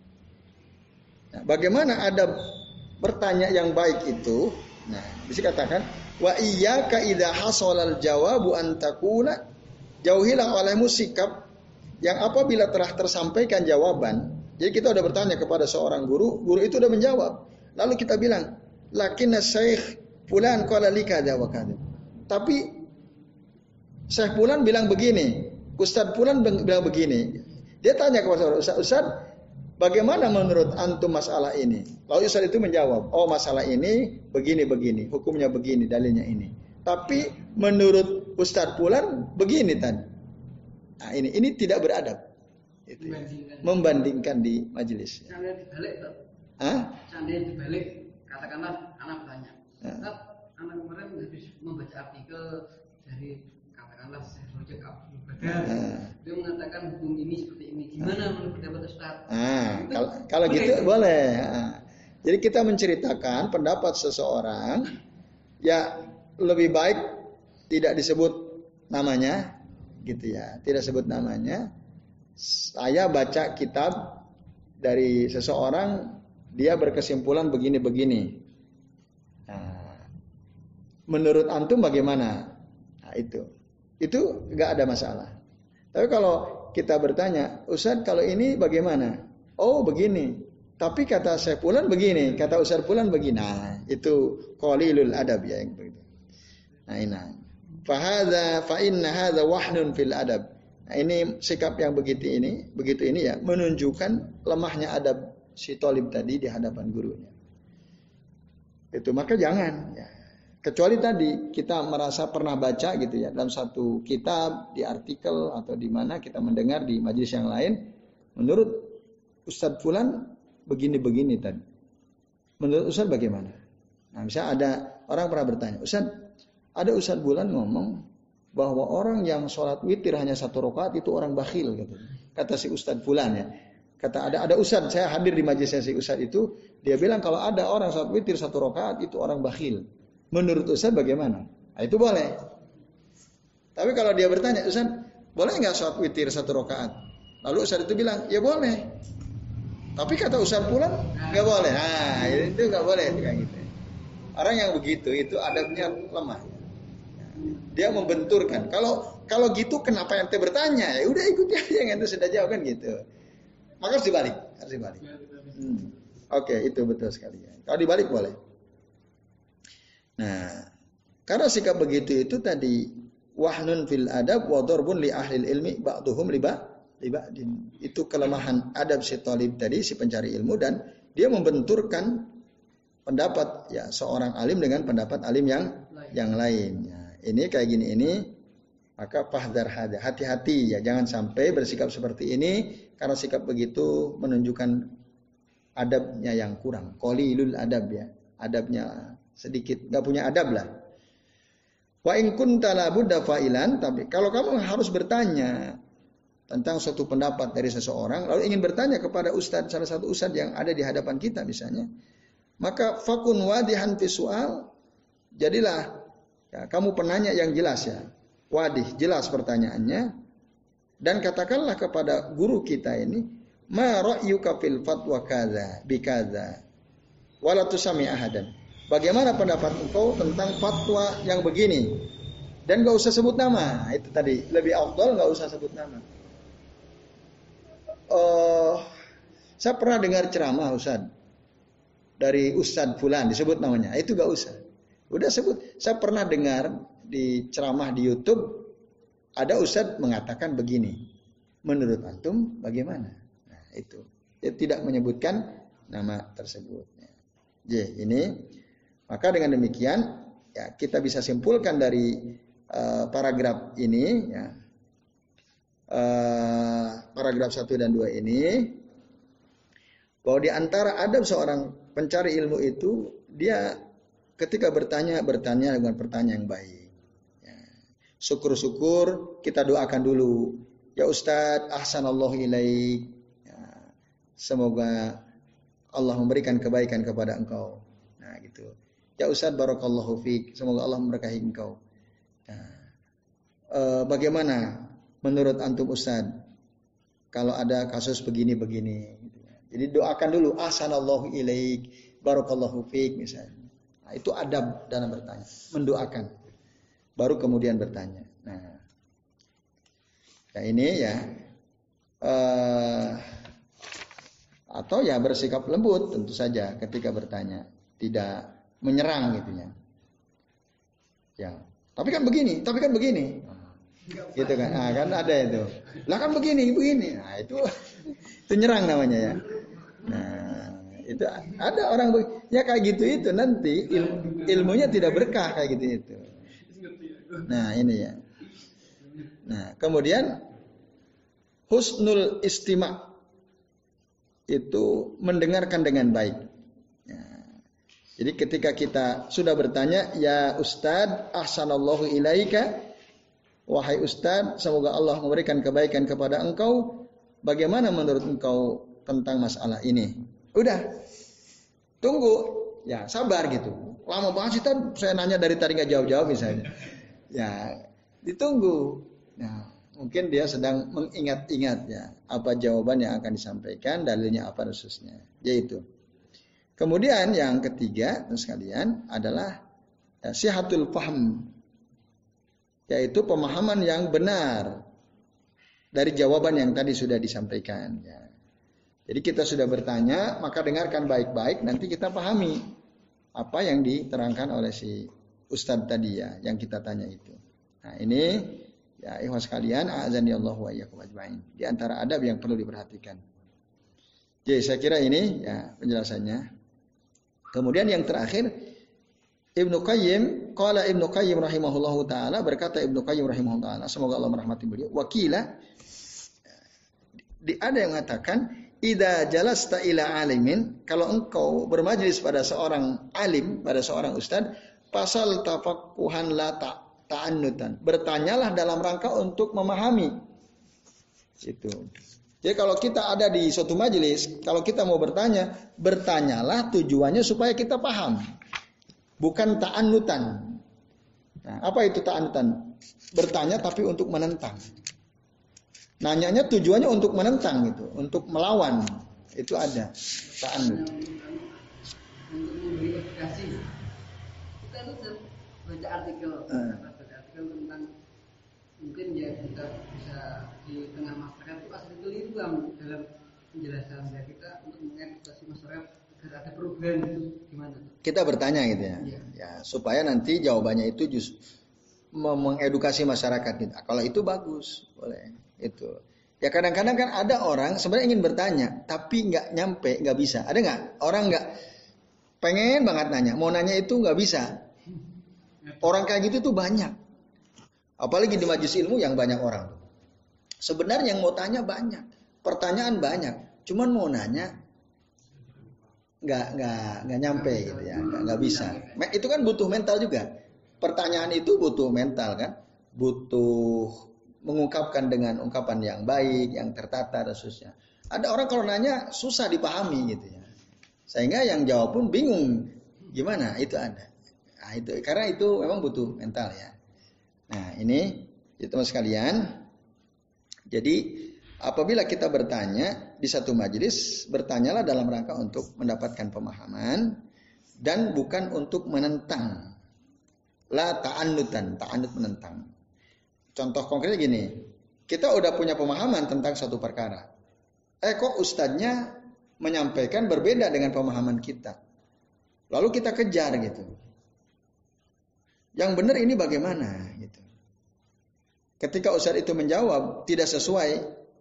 Nah, bagaimana adab bertanya yang baik itu? Nah, bisa katakan wa iyyaka idza hasalal jawabu an taqula, jauhilah olehmu sikap yang apabila telah tersampaikan jawaban. Jadi kita udah bertanya kepada seorang guru, guru itu udah menjawab. Lalu kita bilang, lakinna syekh fulan qala li kadza wa kadza. Tapi Syekh fulan bilang begini, Ustadz fulan bilang begini. Dia tanya kepada Ustadz, Ustadz, bagaimana menurut antum masalah ini? Lalu Ustadz itu menjawab, oh masalah ini begini-begini, hukumnya begini, dalilnya ini. Tapi menurut Ustadz fulan begini tadi. Nah, ini ini tidak beradab. Itu ya. Membandingkan di majelis. Seandainya dibalik, Pak. Hah? Seandainya dibalik, katakanlah anak bertanya. Nah. Anak kemarin habis membaca artikel dari katakanlah Syekh Rojak Abdul Badar. Nah. Dia mengatakan hukum ini seperti ini. Gimana nah. menurut pendapat Ustaz? Nah, kalau, kalau boleh. gitu boleh. Nah. Jadi kita menceritakan pendapat seseorang, ya lebih baik tidak disebut namanya. Gitu ya, tidak sebut namanya. Saya baca kitab dari seseorang, dia berkesimpulan begini-begini. Nah, menurut antum bagaimana? Nah, itu, itu nggak ada masalah. Tapi kalau kita bertanya, Ustadz kalau ini bagaimana? Oh begini. Tapi kata saya Fulan begini, kata Ustadz Fulan begini. Nah, itu qalilul adab ya yang begitu. Nah, ini. Fahadha fa inna hadha wahnun fil adab. Nah, ini sikap yang begitu ini, begitu ini ya menunjukkan lemahnya adab si thalib tadi di hadapan gurunya. Itu maka jangan ya. Kecuali tadi kita merasa pernah baca gitu ya dalam satu kitab, di artikel atau di mana kita mendengar di majelis yang lain, menurut Ustadz Fulan begini-begini tadi. Menurut Ustadz bagaimana? Nah, misalnya ada orang pernah bertanya, Ustadz, ada Ustadz Bulan ngomong bahwa orang yang sholat witir hanya satu rakaat itu orang bakhil, gitu. Kata si Ustadz Bulan ya. Kata ada ada Ustadz, saya hadir di majelisnya si Ustadz itu, dia bilang kalau ada orang sholat witir satu rakaat itu orang bakhil. Menurut Ustadz bagaimana? Nah, itu boleh. Tapi kalau dia bertanya, Ustadz, boleh nggak sholat witir satu rakaat? Lalu Ustadz itu bilang, ya boleh. Tapi kata Ustadz Bulan nggak boleh. Nah, itu nggak boleh itu kayak gitu. Orang yang begitu itu adabnya lemah. Dia membenturkan. Kalau kalau gitu kenapa ente bertanya? Ya udah ikuti aja yang ente sudah jawab kan gitu. Maka harus dibalik, harus dibalik. Hmm. Oke, okay, itu betul sekali. Kalau dibalik boleh. Nah, karena sikap begitu itu tadi wahnun fil adab wa darbun li ahli ilmi ba'duhum liba liba itu kelemahan adab si thalib tadi si pencari ilmu dan dia membenturkan pendapat ya seorang alim dengan pendapat alim yang yang lain. Ya, ini kayak gini ini maka fahdhar hada, hati-hati ya jangan sampai bersikap seperti ini karena sikap begitu menunjukkan adabnya yang kurang. Qalilul adab ya, adabnya sedikit, enggak punya adab lah. Wa in kunta la budda fa'ilan, tapi kalau kamu harus bertanya tentang suatu pendapat dari seseorang lalu ingin bertanya kepada ustadz, salah satu ustadz yang ada di hadapan kita misalnya, maka fakun wadihan fi su'al, jadilah ya, kamu penanya yang jelas ya. Wadih, jelas pertanyaannya. Dan katakanlah kepada guru kita ini, ma ra'yuka fil fatwa kadza bi kadza. Wala tusami ahadan. Bagaimana pendapat engkau tentang fatwa yang begini? Dan enggak usah sebut nama. Itu tadi, lebih afdal enggak usah sebut nama. Uh, saya pernah dengar ceramah Ustaz dari Ustadz Fulan, disebut namanya, itu gak usah. Udah sebut, saya pernah dengar di ceramah di YouTube, ada Ustadz mengatakan begini. Menurut antum bagaimana? Nah itu, dia tidak menyebutkan nama tersebut. J, ini, maka dengan demikian, ya kita bisa simpulkan dari uh, paragraf ini, ya, uh, paragraf satu dan dua ini, bahwa di antara adab seorang pencari ilmu itu dia ketika bertanya bertanya dengan pertanyaan yang baik. Ya. Syukur-syukur kita doakan dulu. Ya Ustadz, ahsanallahu ilaik. Ya. Semoga Allah memberikan kebaikan kepada engkau. Nah gitu. Ya Ustaz, barakallahu fiik, semoga Allah memberkahi engkau. Nah, e, bagaimana menurut antum Ustaz kalau ada kasus begini-begini? Jadi doakan dulu, ahsanallahu ilaik, barakallahu fiik misalnya. Nah, itu adab dalam bertanya, mendoakan. Baru kemudian bertanya. Nah, ya ini ya, uh, atau ya bersikap lembut tentu saja ketika bertanya, tidak menyerang gitu ya. Ya, tapi kan begini, tapi kan begini, gitu kan? Nah, kan ada itu. Lah kan begini, begini. Nah itu itu nyerang namanya ya. Nah itu ada orang ya kayak gitu itu nanti il, ilmunya tidak berkah kayak gitu itu. Nah ini ya. Nah kemudian husnul istima' itu mendengarkan dengan baik. Ya. Jadi ketika kita sudah bertanya, ya Ustadz, ahsanallahu ilaika, wahai Ustadz, semoga Allah memberikan kebaikan kepada engkau. Bagaimana menurut engkau tentang masalah ini? Udah, tunggu, ya sabar gitu. Lama banget sih, saya nanya dari tadi nggak jawab-jawab misalnya. Ya, ditunggu. Nah, mungkin dia sedang mengingat-ingat ya apa jawaban yang akan disampaikan, dalilnya apa khususnya. Yaitu. Kemudian yang ketiga, teman sekalian, adalah ya, sihatul fahm, yaitu pemahaman yang benar dari jawaban yang tadi sudah disampaikan. Ya. Jadi kita sudah bertanya, maka dengarkan baik-baik, nanti kita pahami apa yang diterangkan oleh si Ustadz tadi ya, yang kita tanya itu. Nah ini ya ikhwas sekalian, a'azani Allah wa iyyakum ajmain. Di antara adab yang perlu diperhatikan. Jadi saya kira ini ya penjelasannya. Kemudian yang terakhir, Ibnu Qayyim, qala Ibnu Qayyim rahimahullahu taala, berkata Ibnu Qayyim rahimahullahu taala, semoga Allah merahmati beliau, wakila, di, ada yang mengatakan, idza jalasta ila alimin, kalau engkau bermajlis pada seorang alim, pada seorang ustaz, pasal tafaqquhan la ta, ta'annutan, bertanyalah dalam rangka untuk memahami. Itu. Jadi kalau kita ada di suatu majelis, kalau kita mau bertanya, bertanyalah tujuannya supaya kita paham. Bukan ta'annutan. Nah, apa itu ta'annutan? Bertanya tapi untuk menentang. Nanyanya tujuannya untuk menentang gitu, untuk melawan. Itu ada ta'annut. Untuk memberi edukasi. Kita itu baca artikel, uh. baca artikel tentang mungkin ya kita bisa di tengah masyarakat itu asli keliru dalam penjelasan ya kita untuk mengedukasi masyarakat agar ada perubahan itu gimana? Kita bertanya gitu ya, ya, ya supaya nanti jawabannya itu justru mengedukasi masyarakat gitu. Kalau itu bagus, boleh itu. Ya kadang-kadang kan ada orang sebenarnya ingin bertanya tapi nggak nyampe, nggak bisa. Ada nggak orang nggak pengen banget nanya, mau nanya itu nggak bisa. Orang kayak gitu tuh banyak. Apalagi di majelis ilmu yang banyak orang. Sebenarnya yang mau tanya banyak, pertanyaan banyak, cuman mau nanya nggak nggak nggak nyampe gitu ya, nggak nggak bisa. Itu kan butuh mental juga. Pertanyaan itu butuh mental kan, butuh mengungkapkan dengan ungkapan yang baik, yang tertata dan seterusnya. Ada orang kalau nanya susah dipahami gitu ya, sehingga yang jawab pun bingung gimana. Itu ada. Nah, itu karena itu memang butuh mental ya. Nah ini ya teman sekalian. Jadi apabila kita bertanya di satu majelis, bertanyalah dalam rangka untuk mendapatkan pemahaman dan bukan untuk menentang. La ta'annutan, ta'annut menentang. Contoh konkretnya gini, kita udah punya pemahaman tentang satu perkara. Eh kok ustadznya menyampaikan berbeda dengan pemahaman kita. Lalu kita kejar gitu. Yang benar ini bagaimana gitu. Ketika ustadz itu menjawab tidak sesuai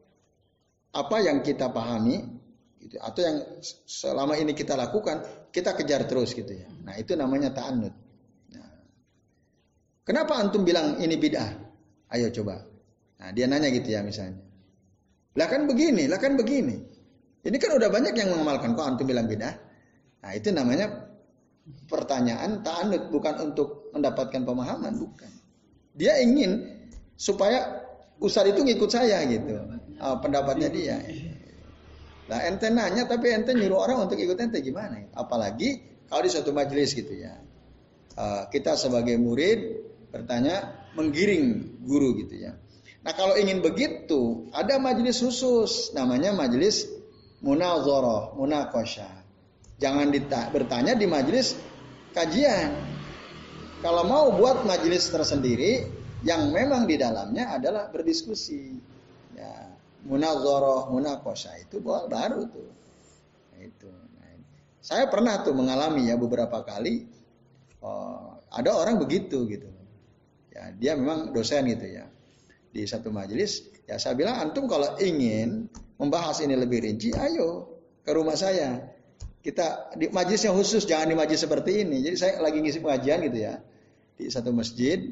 apa yang kita pahami gitu, atau yang selama ini kita lakukan, kita kejar terus gitu ya. Nah, itu namanya ta'annud. Nah, kenapa antum bilang ini bid'ah? Ayo coba. Nah, dia nanya gitu ya misalnya. Lah kan begini, lah kan begini. Ini kan udah banyak yang mengamalkan, kok antum bilang bid'ah? Nah, itu namanya pertanyaan ta'annud, bukan untuk mendapatkan pemahaman, bukan. Dia ingin supaya ustadz itu ngikut saya gitu, oh, pendapatnya dia. Nah ente nanya tapi ente nyuruh orang untuk ikut ente gimana? Apalagi kalau di suatu majelis gitu ya. uh, kita sebagai murid bertanya menggiring guru gitu ya. Nah kalau ingin begitu ada majelis khusus namanya majelis munazarah, munaqasyah. Jangan dita- bertanya di majelis kajian. Kalau mau buat majelis tersendiri yang memang di dalamnya adalah berdiskusi. Ya, munazarah, munaqasyah itu baru tuh. Nah, itu. Nah, saya pernah tuh mengalami ya beberapa kali oh, ada orang begitu gitu. Ya, dia memang dosen gitu ya. Di satu majelis, ya saya bilang antum kalau ingin membahas ini lebih rinci, ayo ke rumah saya. Kita di majelis yang khusus, jangan di majelis seperti ini. Jadi saya lagi ngisi pengajian gitu ya di satu masjid.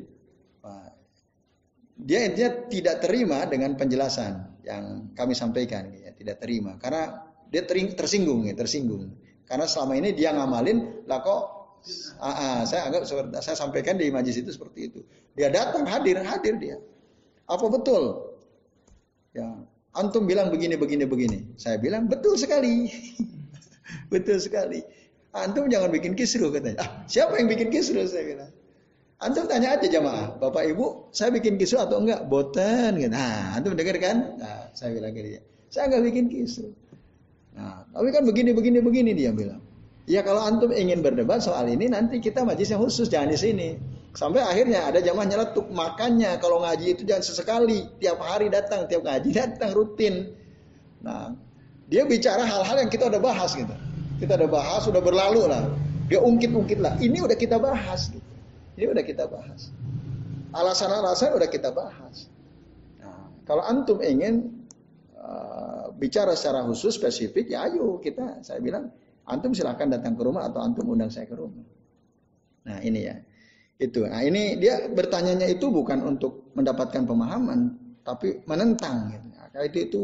Dia intinya tidak terima dengan penjelasan yang kami sampaikan, ya, tidak terima karena dia tersinggung, ya, tersinggung. Karena selama ini dia ngamalin, lah kok, ah, ah, saya anggap saya sampaikan di majelis itu seperti itu. Dia datang hadir, hadir dia. Apa betul? Ya, antum bilang begini, begini, begini. Saya bilang betul sekali, betul sekali. Antum jangan bikin kisruh katanya. Ah, siapa yang bikin kisruh? Saya bilang. Antum tanya aja jamaah, Bapak Ibu, saya bikin kisruh atau enggak? Boten. Nah, antum dengar kan? Nah, saya bilang ke dia, saya enggak bikin kisruh. Nah, tapi kan begini, begini, begini dia bilang. Ya kalau antum ingin berdebat soal ini, nanti kita majelis yang khusus, jangan di sini. Sampai akhirnya ada jamaah nyeletuk, makanya kalau ngaji itu jangan sesekali, tiap hari datang, tiap ngaji datang rutin. Nah, dia bicara hal-hal yang kita udah bahas gitu. Kita udah bahas, udah berlalu lah. Dia ungkit-ungkit lah. Ini udah kita bahas gitu. Ini udah kita bahas. Alasan-alasan udah kita bahas. Nah, kalau antum ingin uh, bicara secara khusus spesifik, ya ayo kita. Saya bilang, antum silahkan datang ke rumah atau antum undang saya ke rumah. Nah ini ya, itu. Nah ini dia bertanyanya itu bukan untuk mendapatkan pemahaman, tapi menentang. Gitu. Nah, itu itu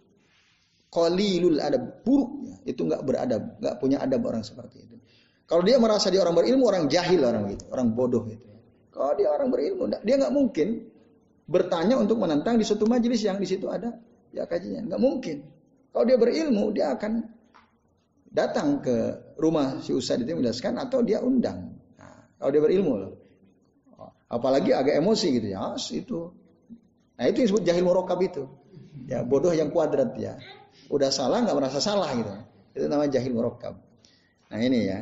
qalilul adab, buruknya. Itu nggak beradab, nggak punya adab orang seperti itu. Kalau dia merasa dia orang berilmu, orang jahil orang gitu, orang bodoh gitu. Kalau dia orang berilmu, dia nggak mungkin bertanya untuk menentang di suatu majelis yang di situ ada ya kajian, nggak mungkin. Kalau dia berilmu, dia akan datang ke rumah si ustadz itu menjelaskan atau dia undang. Nah, kalau dia berilmu loh, apalagi agak emosi gitu ya, itu. Nah itu yang disebut jahil murokab itu, ya bodoh yang kuadrat ya. Udah salah nggak merasa salah gitu, itu namanya jahil murokab. Nah ini ya.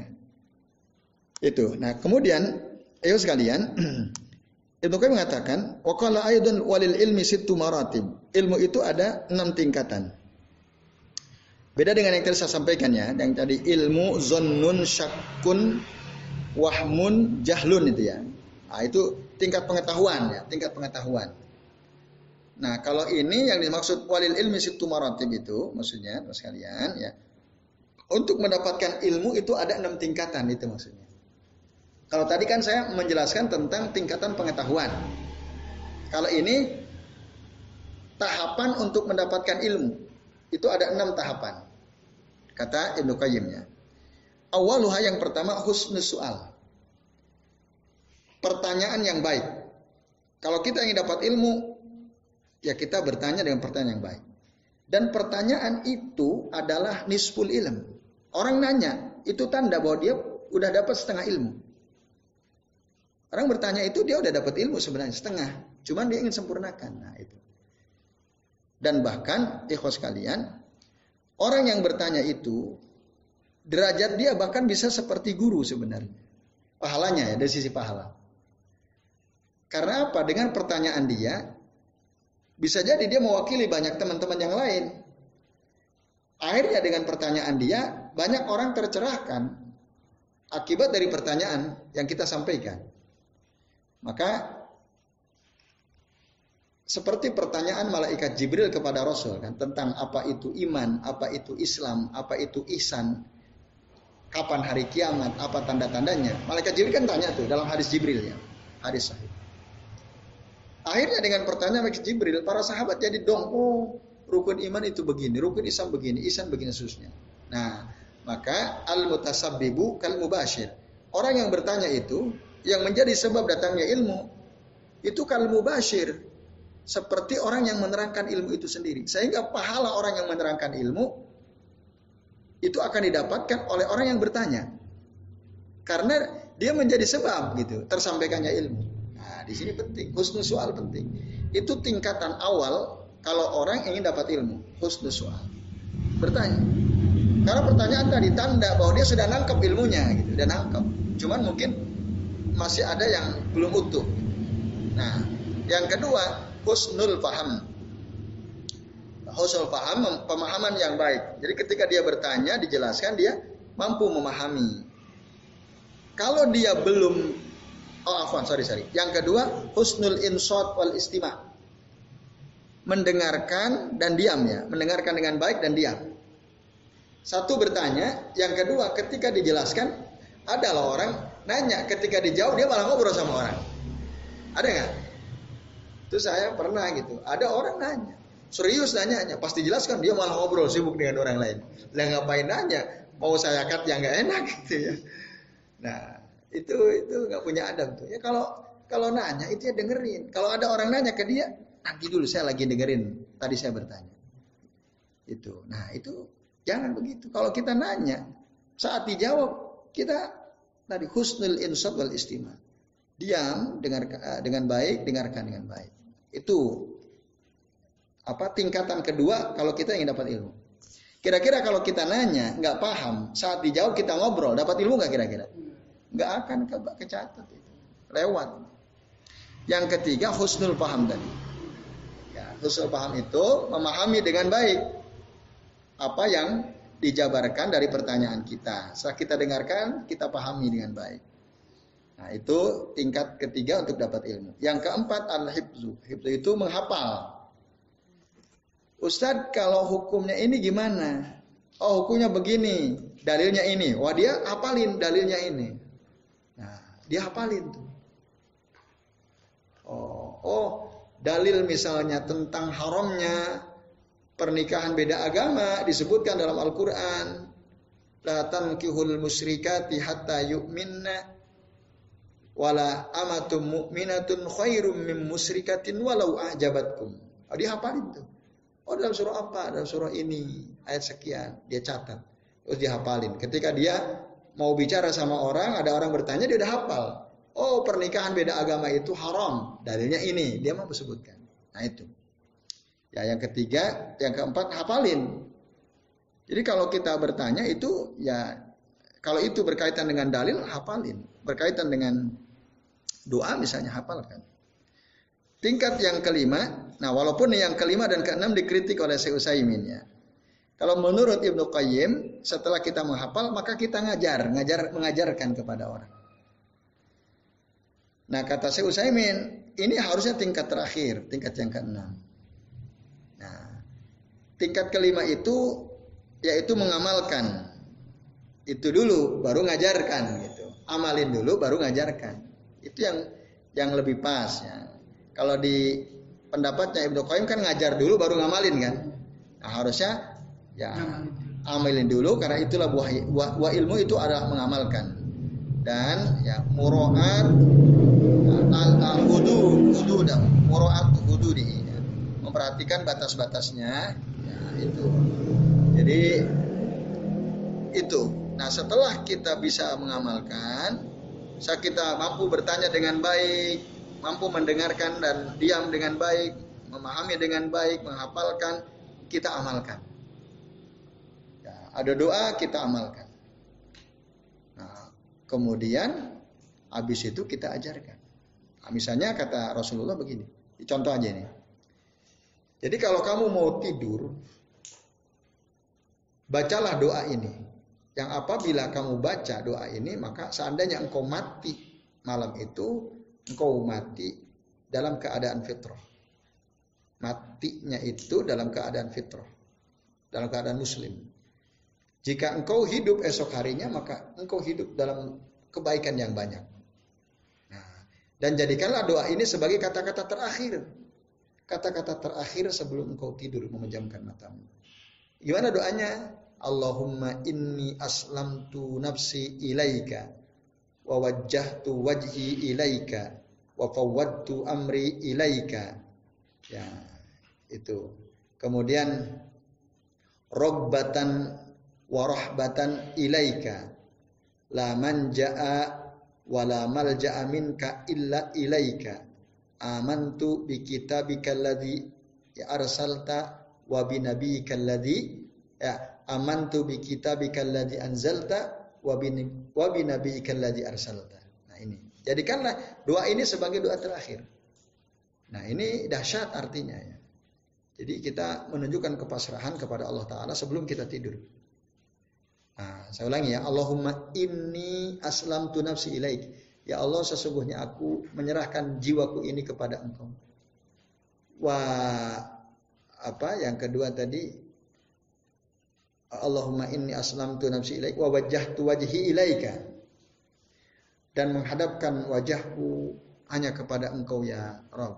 Itu. Nah, kemudian ayo sekalian Ibnu Qayyim mengatakan, wa qala aidan walil ilmi sittu maratib. Ilmu itu ada enam tingkatan. Beda dengan yang tadi saya sampaikan ya, yang tadi ilmu zonnun syakkun wahmun jahlun itu ya. Nah, itu tingkat pengetahuan ya, tingkat pengetahuan. Nah, kalau ini yang dimaksud walil ilmi sittu maratib itu maksudnya sekalian ya. Untuk mendapatkan ilmu itu ada enam tingkatan itu maksudnya. Kalau tadi kan saya menjelaskan tentang tingkatan pengetahuan. Kalau ini tahapan untuk mendapatkan ilmu. Itu ada enam tahapan. Kata Ibnu Qayyimnya. Awaluha yang pertama husnus soal. Pertanyaan yang baik. Kalau kita ingin dapat ilmu, ya kita bertanya dengan pertanyaan yang baik. Dan pertanyaan itu adalah nisful ilm. Orang nanya, itu tanda bahwa dia udah dapat setengah ilmu. Orang bertanya itu dia udah dapat ilmu sebenarnya setengah, cuman dia ingin sempurnakan. Nah itu. Dan bahkan ikhwas sekalian, orang yang bertanya itu derajat dia bahkan bisa seperti guru sebenarnya. Pahalanya ya dari sisi pahala. Karena apa? Dengan pertanyaan dia bisa jadi dia mewakili banyak teman-teman yang lain. Akhirnya dengan pertanyaan dia banyak orang tercerahkan akibat dari pertanyaan yang kita sampaikan. Maka seperti pertanyaan malaikat Jibril kepada Rasul kan tentang apa itu iman, apa itu Islam, apa itu ihsan, kapan hari kiamat, apa tanda-tandanya. Malaikat Jibril kan tanya tuh dalam hadis Jibril ya, hadis sahih. Akhirnya dengan pertanyaan malaikat Jibril, para sahabat jadi dong, oh rukun iman itu begini, rukun Islam begini, ihsan begini seterusnya. Nah, maka al-mutasabbibu kal mubashir. Orang yang bertanya itu yang menjadi sebab datangnya ilmu itu kal mubashir, seperti orang yang menerangkan ilmu itu sendiri. Sehingga pahala orang yang menerangkan ilmu itu akan didapatkan oleh orang yang bertanya. Karena dia menjadi sebab gitu tersampaikannya ilmu. Nah, di sini penting, husnul su'al penting. Itu tingkatan awal kalau orang ingin dapat ilmu, husnul su'al. Bertanya. Karena pertanyaan tadi tanda bahwa dia sudah nangkep ilmunya gitu, dan nangkep. Cuman mungkin masih ada yang belum utuh. Nah, yang kedua, husnul faham. Husnul faham, pemahaman yang baik. Jadi ketika dia bertanya, dijelaskan, dia mampu memahami. Kalau dia belum, oh afwan, sorry sorry. Yang kedua, husnul insat wal istima'. Mendengarkan dan diam ya, mendengarkan dengan baik dan diam. Satu bertanya, yang kedua ketika dijelaskan, ada loh orang nanya, ketika dijawab dia malah ngobrol sama orang. Ada nggak? Itu saya pernah gitu. Ada orang nanya, serius nanya, pas dijelaskan dia malah ngobrol sibuk dengan orang lain. Lah ngapain nanya? Mau saya cut yang nggak enak gitu ya. Nah itu itu nggak punya adab tuh. Ya kalau kalau nanya itu ya dengerin. Kalau ada orang nanya ke dia, nanti dulu saya lagi dengerin. Tadi saya bertanya. Itu. Nah itu jangan begitu. Kalau kita nanya, saat dijawab kita tadi husnul insat wal istima'. Diam, dengar dengan baik, dengarkan dengan baik. Itu apa tingkatan kedua kalau kita ingin dapat ilmu. Kira-kira kalau kita nanya nggak paham, saat dijawab kita ngobrol, dapat ilmu nggak kira-kira? Nggak akan kecatat itu, lewat. Yang ketiga husnul paham tadi. Ya, husnul paham itu memahami dengan baik apa yang dijabarkan dari pertanyaan kita. Setelah kita dengarkan, kita pahami dengan baik. Nah, itu tingkat ketiga untuk dapat ilmu. Yang keempat al-hifzu. Hifzu itu menghafal. Ustadz, kalau hukumnya ini gimana? Oh, hukumnya begini, dalilnya ini. Wah, dia hafalin dalilnya ini. Nah, dia hafalin tuh. Oh, oh, dalil misalnya tentang haramnya pernikahan beda agama disebutkan dalam Al-Qur'an. La tankihul musyrikati hatta yu'minna wala amatum mu'minatun khairum min musyrikatin walau a'jabatkum. Oh, dia hafalin tuh. Oh, dalam surah apa? Dalam surah ini ayat sekian, dia catat. Terus dia hafalin. Ketika dia mau bicara sama orang, ada orang bertanya, dia udah hafal. Oh, pernikahan beda agama itu haram. Dalilnya ini, dia mau sebutkan. Nah, itu. Ya, yang ketiga, yang keempat hafalin. Jadi kalau kita bertanya itu ya kalau itu berkaitan dengan dalil, hafalin. Berkaitan dengan doa misalnya, hafalkan. Tingkat yang kelima, nah walaupun yang kelima dan keenam dikritik oleh Syekh Utsaimin ya. Kalau menurut Ibnu Qayyim, setelah kita menghafal maka kita ngajar, ngajar mengajarkan kepada orang. Nah kata Syekh Utsaimin, ini harusnya tingkat terakhir, tingkat yang keenam. Nah, tingkat kelima itu yaitu mengamalkan. Itu dulu baru ngajarkan gitu. Amalin dulu baru ngajarkan. Itu yang yang lebih pas ya. Kalau di pendapatnya Ibnu Qayyim kan ngajar dulu baru ngamalin kan. Nah, harusnya ya amalin dulu karena itulah buah, buah, buah ilmu itu adalah mengamalkan. Dan ya muraat al-hudud, hudud, muraat hudud ini ya. Memperhatikan batas-batasnya ya itu. Jadi itu. Nah, setelah kita bisa mengamalkan, saat kita mampu bertanya dengan baik, mampu mendengarkan dan diam dengan baik, memahami dengan baik, menghafalkan, kita amalkan. Ya, ada doa kita amalkan. Nah, kemudian habis itu kita ajarkan. Nah, misalnya kata Rasulullah begini, contoh aja nih. Jadi kalau kamu mau tidur, bacalah doa ini. Yang apabila kamu baca doa ini, maka seandainya engkau mati malam itu, engkau mati dalam keadaan fitrah. Matinya itu dalam keadaan fitrah. Dalam keadaan muslim. Jika engkau hidup esok harinya, maka engkau hidup dalam kebaikan yang banyak. Nah, dan jadikanlah doa ini sebagai kata-kata terakhir. Kata-kata terakhir sebelum engkau tidur memejamkan matamu. Gimana doanya? Allahumma inni aslamtu nafsi ilaika wa wajjahtu wajhi ilaika wa fawwadtu amri ilaika. Ya, itu. Kemudian rogbatan wa rahbatan ilaika la manja'a wala malja'a minka illa ilaika. Amantu bi kitabika alladhi arsalta wa bi nabiyyika alladhi ya amantu bi kitabika alladhi anzalta wa bi wa bi nabiyyika alladhi arsalta. Nah ini. Jadikanlah doa ini sebagai doa terakhir. Nah ini dahsyat artinya ya. Jadi kita menunjukkan kepasrahan kepada Allah Ta'ala sebelum kita tidur. Nah, saya ulangi ya, Allahumma inni aslamtu nafsi ilaik. Ya Allah, sesungguhnya aku menyerahkan jiwaku ini kepada Engkau. Wah, apa yang kedua tadi? Allahumma inni aslamtu nafsi ilaik wa wajjahtu wajhi ilaika. Dan menghadapkan wajahku hanya kepada Engkau ya Rabb.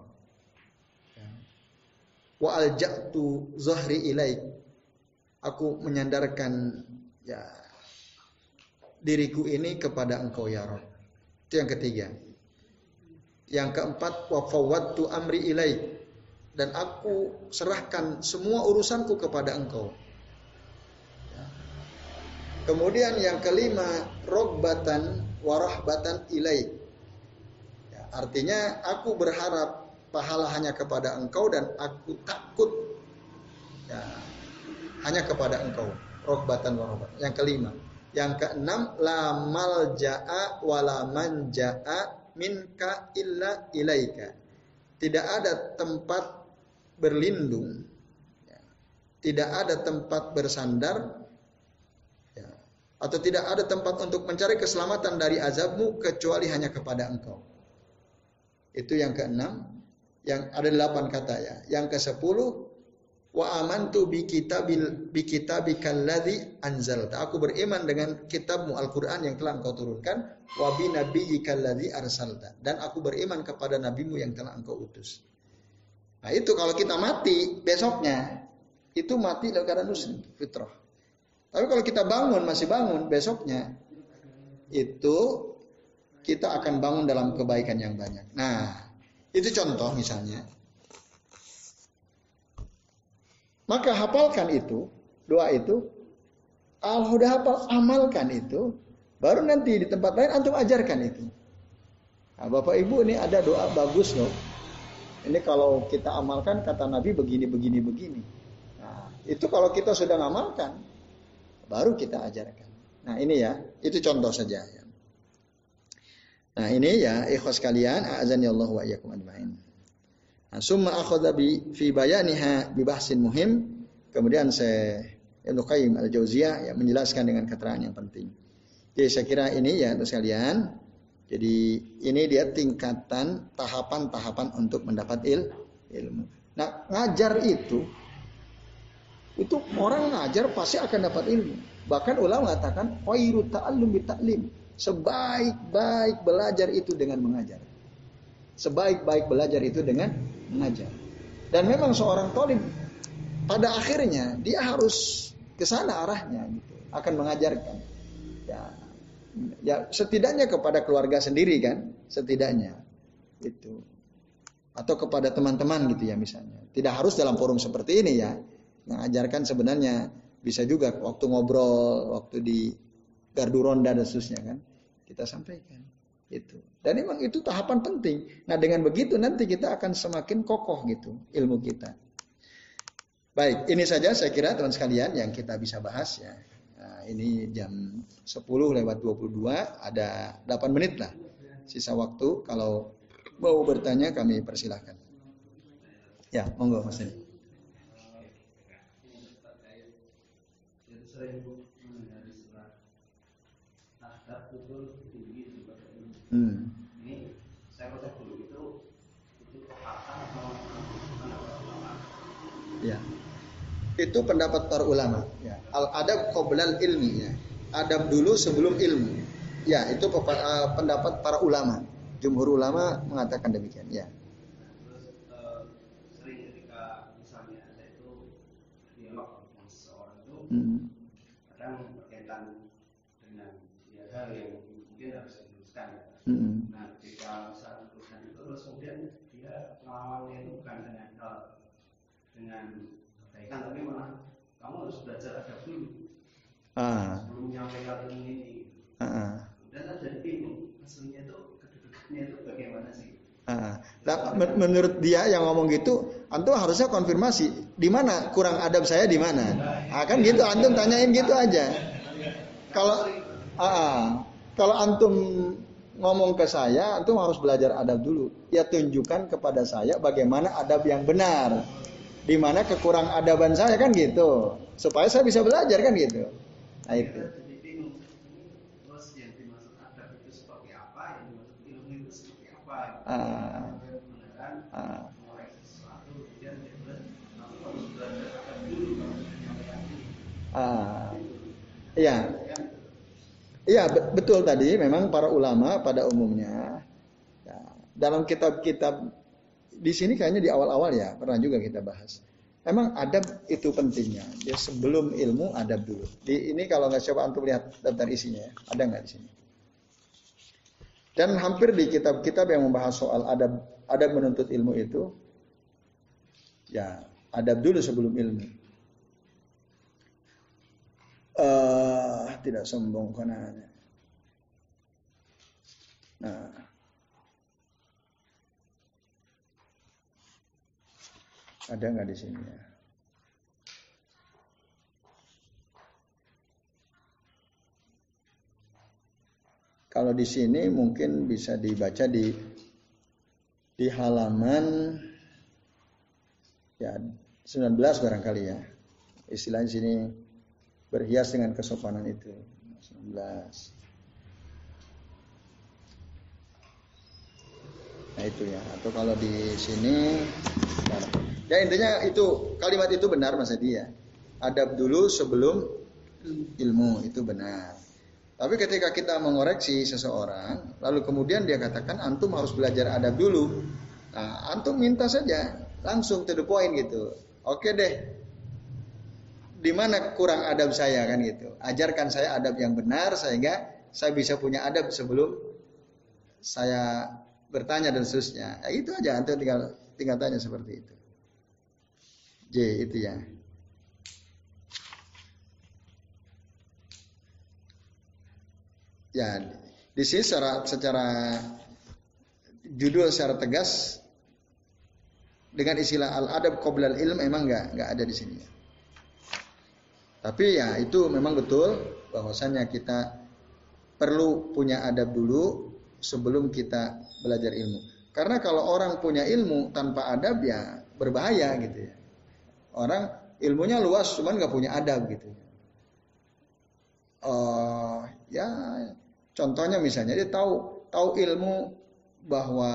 Wa alja'tu zahri ilaik. Aku menyandarkan ya diriku ini kepada Engkau ya Rabb. Itu yang ketiga. Yang keempat, wa fawwadtu amri ilaik. Dan aku serahkan semua urusanku kepada Engkau. Ya. Kemudian yang kelima, rogbatan wa rahbatan ilaik. Ya, artinya aku berharap pahala hanya kepada Engkau dan aku takut ya, hanya kepada Engkau. Rogbatan wa rahbatan. Yang kelima. Yang keenam, la malja'a wa la manja'a minka illa ilaika. Tidak ada tempat berlindung, ya. Tidak ada tempat bersandar, ya. Atau tidak ada tempat untuk mencari keselamatan dari azabmu kecuali hanya kepada Engkau. Itu yang keenam. Yang ada delapan kata ya. Yang kesepuluh, wa amantu bi kitabil bi kitabikal ladzi anzalta. Aku beriman dengan kitabmu Al-Qur'an yang telah Engkau turunkan, wa bi nabiyyikal ladzi arsalta. Dan aku beriman kepada nabimu yang telah Engkau utus. Nah, itu kalau kita mati besoknya, itu mati dalam keadaan muslim, fitrah. Tapi kalau kita bangun, masih bangun besoknya, itu kita akan bangun dalam kebaikan yang banyak. Nah, itu contoh misalnya. Maka hafalkan itu, doa itu. Kalau udah hafal, amalkan itu. Baru nanti di tempat lain antum ajarkan itu. Nah, Bapak Ibu ini ada doa bagus loh. Ini kalau kita amalkan kata Nabi begini, begini, begini. Nah, itu kalau kita sudah ngamalkan, baru kita ajarkan. Nah ini ya, itu contoh saja. Nah ini ya, ikhwas kalian, a'azani Allah wa iyyakum ajma'in. Nah, summa akhadha bi fi bayaniha bi bahsin muhim. Kemudian saya Ibnu Qayyim Al-Jauziyah ya, menjelaskan dengan keterangan yang penting. Jadi saya kira ini ya untuk sekalian. Jadi ini dia tingkatan tahapan-tahapan untuk mendapat il, ilmu. Nah ngajar itu, itu orang ngajar pasti akan dapat ilmu. Bahkan ulama mengatakan khairu ta'allum bi ta'lim. Sebaik-baik belajar itu dengan mengajar. Sebaik-baik belajar itu dengan mengajar. Dan memang seorang thalib pada akhirnya dia harus ke sana arahnya gitu, akan mengajarkan. Ya, ya setidaknya kepada keluarga sendiri kan, setidaknya itu. Atau kepada teman-teman gitu ya misalnya. Tidak harus dalam forum seperti ini ya. Mengajarkan sebenarnya bisa juga waktu ngobrol, waktu di gardu ronda dan seterusnya kan. Kita sampaikan itu. Dan memang itu tahapan penting. Nah, dengan begitu nanti kita akan semakin kokoh gitu ilmu kita. Baik, ini saja saya kira teman sekalian yang kita bisa bahas ya. Nah, ini jam sepuluh lewat dua puluh dua, ada delapan menit lah. Sisa waktu, kalau mau bertanya kami persilahkan. Ya, monggo Mas Dedi. Hmm. Ini saya baca dulu itu itu kepatan atau pendapat ulama? Ya. Itu pendapat para ulama ya. Al-adab qoblal ilmi ya. Adab dulu sebelum ilmu. Ya, itu pendapat para ulama. Jumhur ulama mengatakan demikian ya. Terus uh, sering ketika misalnya saya itu dialog dengan seseorang itu hmm. kadang berkaitan dengan ya, hal yang mungkin harus diluruskan ya. Hmm. Nah, ketika saat diluruskan itu terus kemudian dia melawannya itu bukan dengan hal dengan kebaikan, tapi malah kamu harus belajar adab dulu ah. sebelum menyampaikan ini. Ah. Dan saya jadi bingung. aslinya itu kedudukannya itu bagaimana sih? Nah, menurut dia yang ngomong gitu, antum harusnya konfirmasi di mana kurang adab saya di mana. Nah, kan gitu antum tanyain gitu aja. Kalau ah, kalau antum ngomong ke saya, antum harus belajar adab dulu. Ya tunjukkan kepada saya bagaimana adab yang benar. Di mana kekurang adaban saya kan gitu. Supaya saya bisa belajar kan gitu. Nah itu. Terus yang dimaksud adab itu seperti apa? Yang dimaksud ilmu itu seperti apa? Ah. Beneran Ah. mengoreksi sesuatu kemudian dia bilang aku harus belajar adab dulu kalau penyampaian ini. Ah. Iya. Iya betul tadi. Memang para ulama pada umumnya ya, dalam kitab-kitab di sini kayaknya di awal-awal ya pernah juga kita bahas. Emang adab itu pentingnya. Ya sebelum ilmu adab dulu. Di ini kalau nggak coba antum lihat daftar isinya ya. Ada nggak di sini? Dan hampir di kitab-kitab yang membahas soal adab adab menuntut ilmu itu ya adab dulu sebelum ilmu. Uh, tidak sombong konangannya. Nah, ada nggak di sini ya? Kalau di sini mungkin bisa dibaca di di halaman ya sembilan belas barangkali ya. Istilahnya sini berhias dengan kesopanan itu. sembilan belas. Nah itu ya. Atau kalau di sini ya intinya itu kalimat itu benar Mas Edi ya. Adab dulu sebelum ilmu itu benar. Tapi ketika kita mengoreksi seseorang, lalu kemudian dia katakan antum harus belajar adab dulu. Nah, antum minta saja langsung to the point gitu. Oke deh. Di mana kurang adab saya kan gitu. Ajarkan saya adab yang benar sehingga saya bisa punya adab sebelum saya bertanya dan seterusnya. Ya itu aja antum tinggal tinggal tanya seperti itu. J itu ya. Ya, di sini secara secara judul secara tegas dengan istilah al-adab qoblal ilm memang nggak nggak ada di sini. Tapi ya itu memang betul bahwasannya kita perlu punya adab dulu sebelum kita belajar ilmu. Karena kalau orang punya ilmu tanpa adab ya berbahaya gitu ya. Orang ilmunya luas cuman nggak punya adab gitu. Uh, ya contohnya misalnya dia tahu tahu ilmu bahwa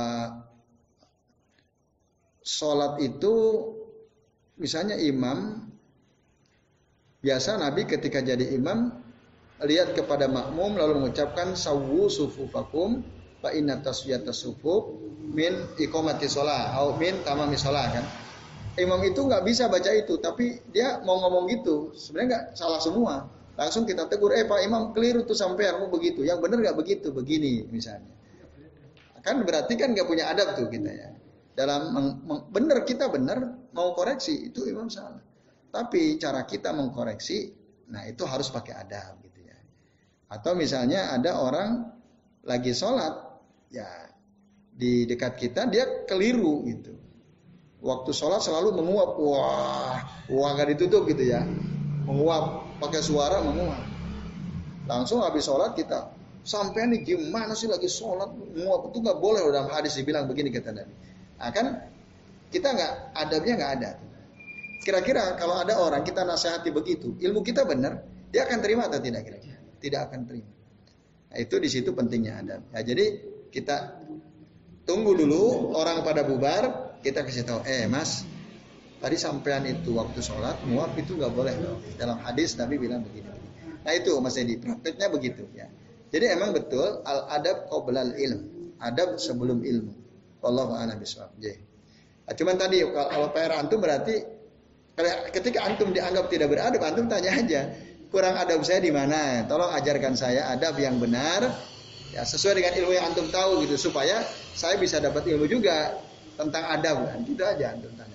sholat itu misalnya imam biasa Nabi ketika jadi imam lihat kepada makmum lalu mengucapkan sawwu sufufakum fa inna taswiyata sufuf min iqamati shalah atau min tamami shalah kan. Imam itu nggak bisa baca itu tapi dia mau ngomong gitu sebenarnya nggak salah semua. Langsung kita tegur, eh Pak Imam keliru tuh sampean mau begitu. Yang benar nggak begitu, begini misalnya. Kan berarti kan nggak punya adab tuh kita ya. Dalam meng, meng, benar kita benar mau koreksi itu Imam salah. Tapi cara kita mengkoreksi, nah itu harus pakai adab gitu ya. Atau misalnya ada orang lagi sholat, ya di dekat kita dia keliru gitu. Waktu sholat selalu menguap, wah, wah nggak ditutup gitu ya, menguap. Pakai suara menguap. Langsung habis sholat kita sampai nih gimana sih lagi sholat menguap itu nggak boleh dalam hadis dibilang begini kata Nabi. Nah kan kita nggak adabnya nggak ada. Kira-kira kalau ada orang kita nasihati begitu, ilmu kita benar, dia akan terima atau tidak kira-kira? Tidak akan terima. Nah, itu di situ pentingnya adab. Ya, jadi kita tunggu dulu orang pada bubar, kita kasih tahu, eh mas. Tadi sampean itu waktu sholat muaf itu nggak boleh loh. Dalam hadis Nabi bilang begini. Nah itu Mas Edi prakteknya begitu ya. Jadi emang betul al adab qoblal ilm. Adab sebelum ilmu. Wallahu a'lam bishawab. Nah, cuman tadi kalau P R antum berarti ketika antum dianggap tidak beradab antum tanya aja kurang adab saya di mana. Tolong ajarkan saya adab yang benar ya sesuai dengan ilmu yang antum tahu gitu supaya saya bisa dapat ilmu juga tentang adab kan. Gitu aja antum tanya.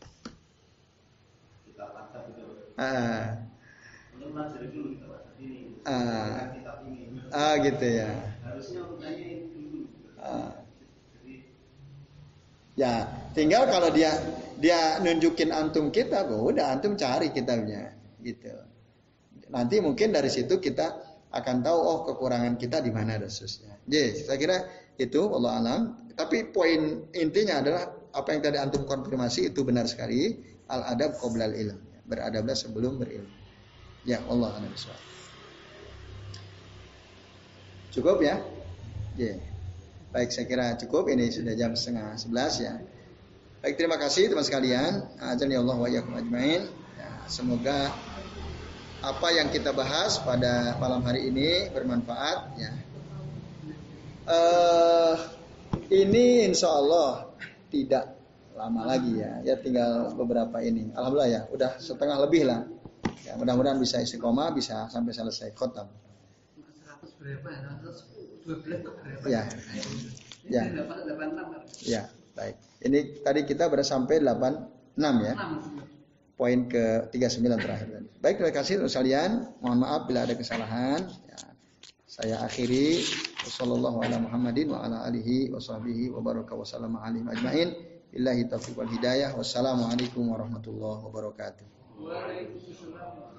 Ah. Untuk pelajari dulu kita bahas ini. Ah, ah gitu ya. Harusnya urutannya itu dulu. Ah. Ya, tinggal kalau dia dia nunjukin antum kitab, oh, udah antum cari kitabnya, gitu. Nanti mungkin dari situ kita akan tahu oh kekurangan kita di mana khususnya. Jadi saya kira itu Allah alam. Tapi poin intinya adalah apa yang tadi antum konfirmasi itu benar sekali. Al adab qoblal ilm. Beradablah sebelum berilmu. Ya Allah alam. Cukup ya? Ya. Baik, saya kira cukup. Ini sudah jam setengah sebelas ya. Baik, terima kasih teman sekalian. Ajani Allah wa iyyakum ajmain. Ya, semoga apa yang kita bahas pada malam hari ini bermanfaat ya. Uh, ini insya Allah tidak lama lagi ya. Ya tinggal beberapa ini. Alhamdulillah ya, udah setengah lebih lah. Ya, mudah-mudahan bisa istiqomah, bisa sampai selesai khotam. seratus berapa? seratus dua belas berapa? Ya. Ya. Ya, baik. Ini tadi kita baru sampai delapan puluh enam ya. Poin ke tiga puluh sembilan terakhir. Baik, terima kasih untuk kalian. Mohon maaf bila ada kesalahan. Ya. Saya akhiri. Wassallallahu ala Muhammadin wa ala alihi wa sahbihi wa baraka wa sallama alaihi ajmain. Billahi taufiq wal hidayah. Wassalamualaikum warahmatullahi wabarakatuh. Waalaikumsalam.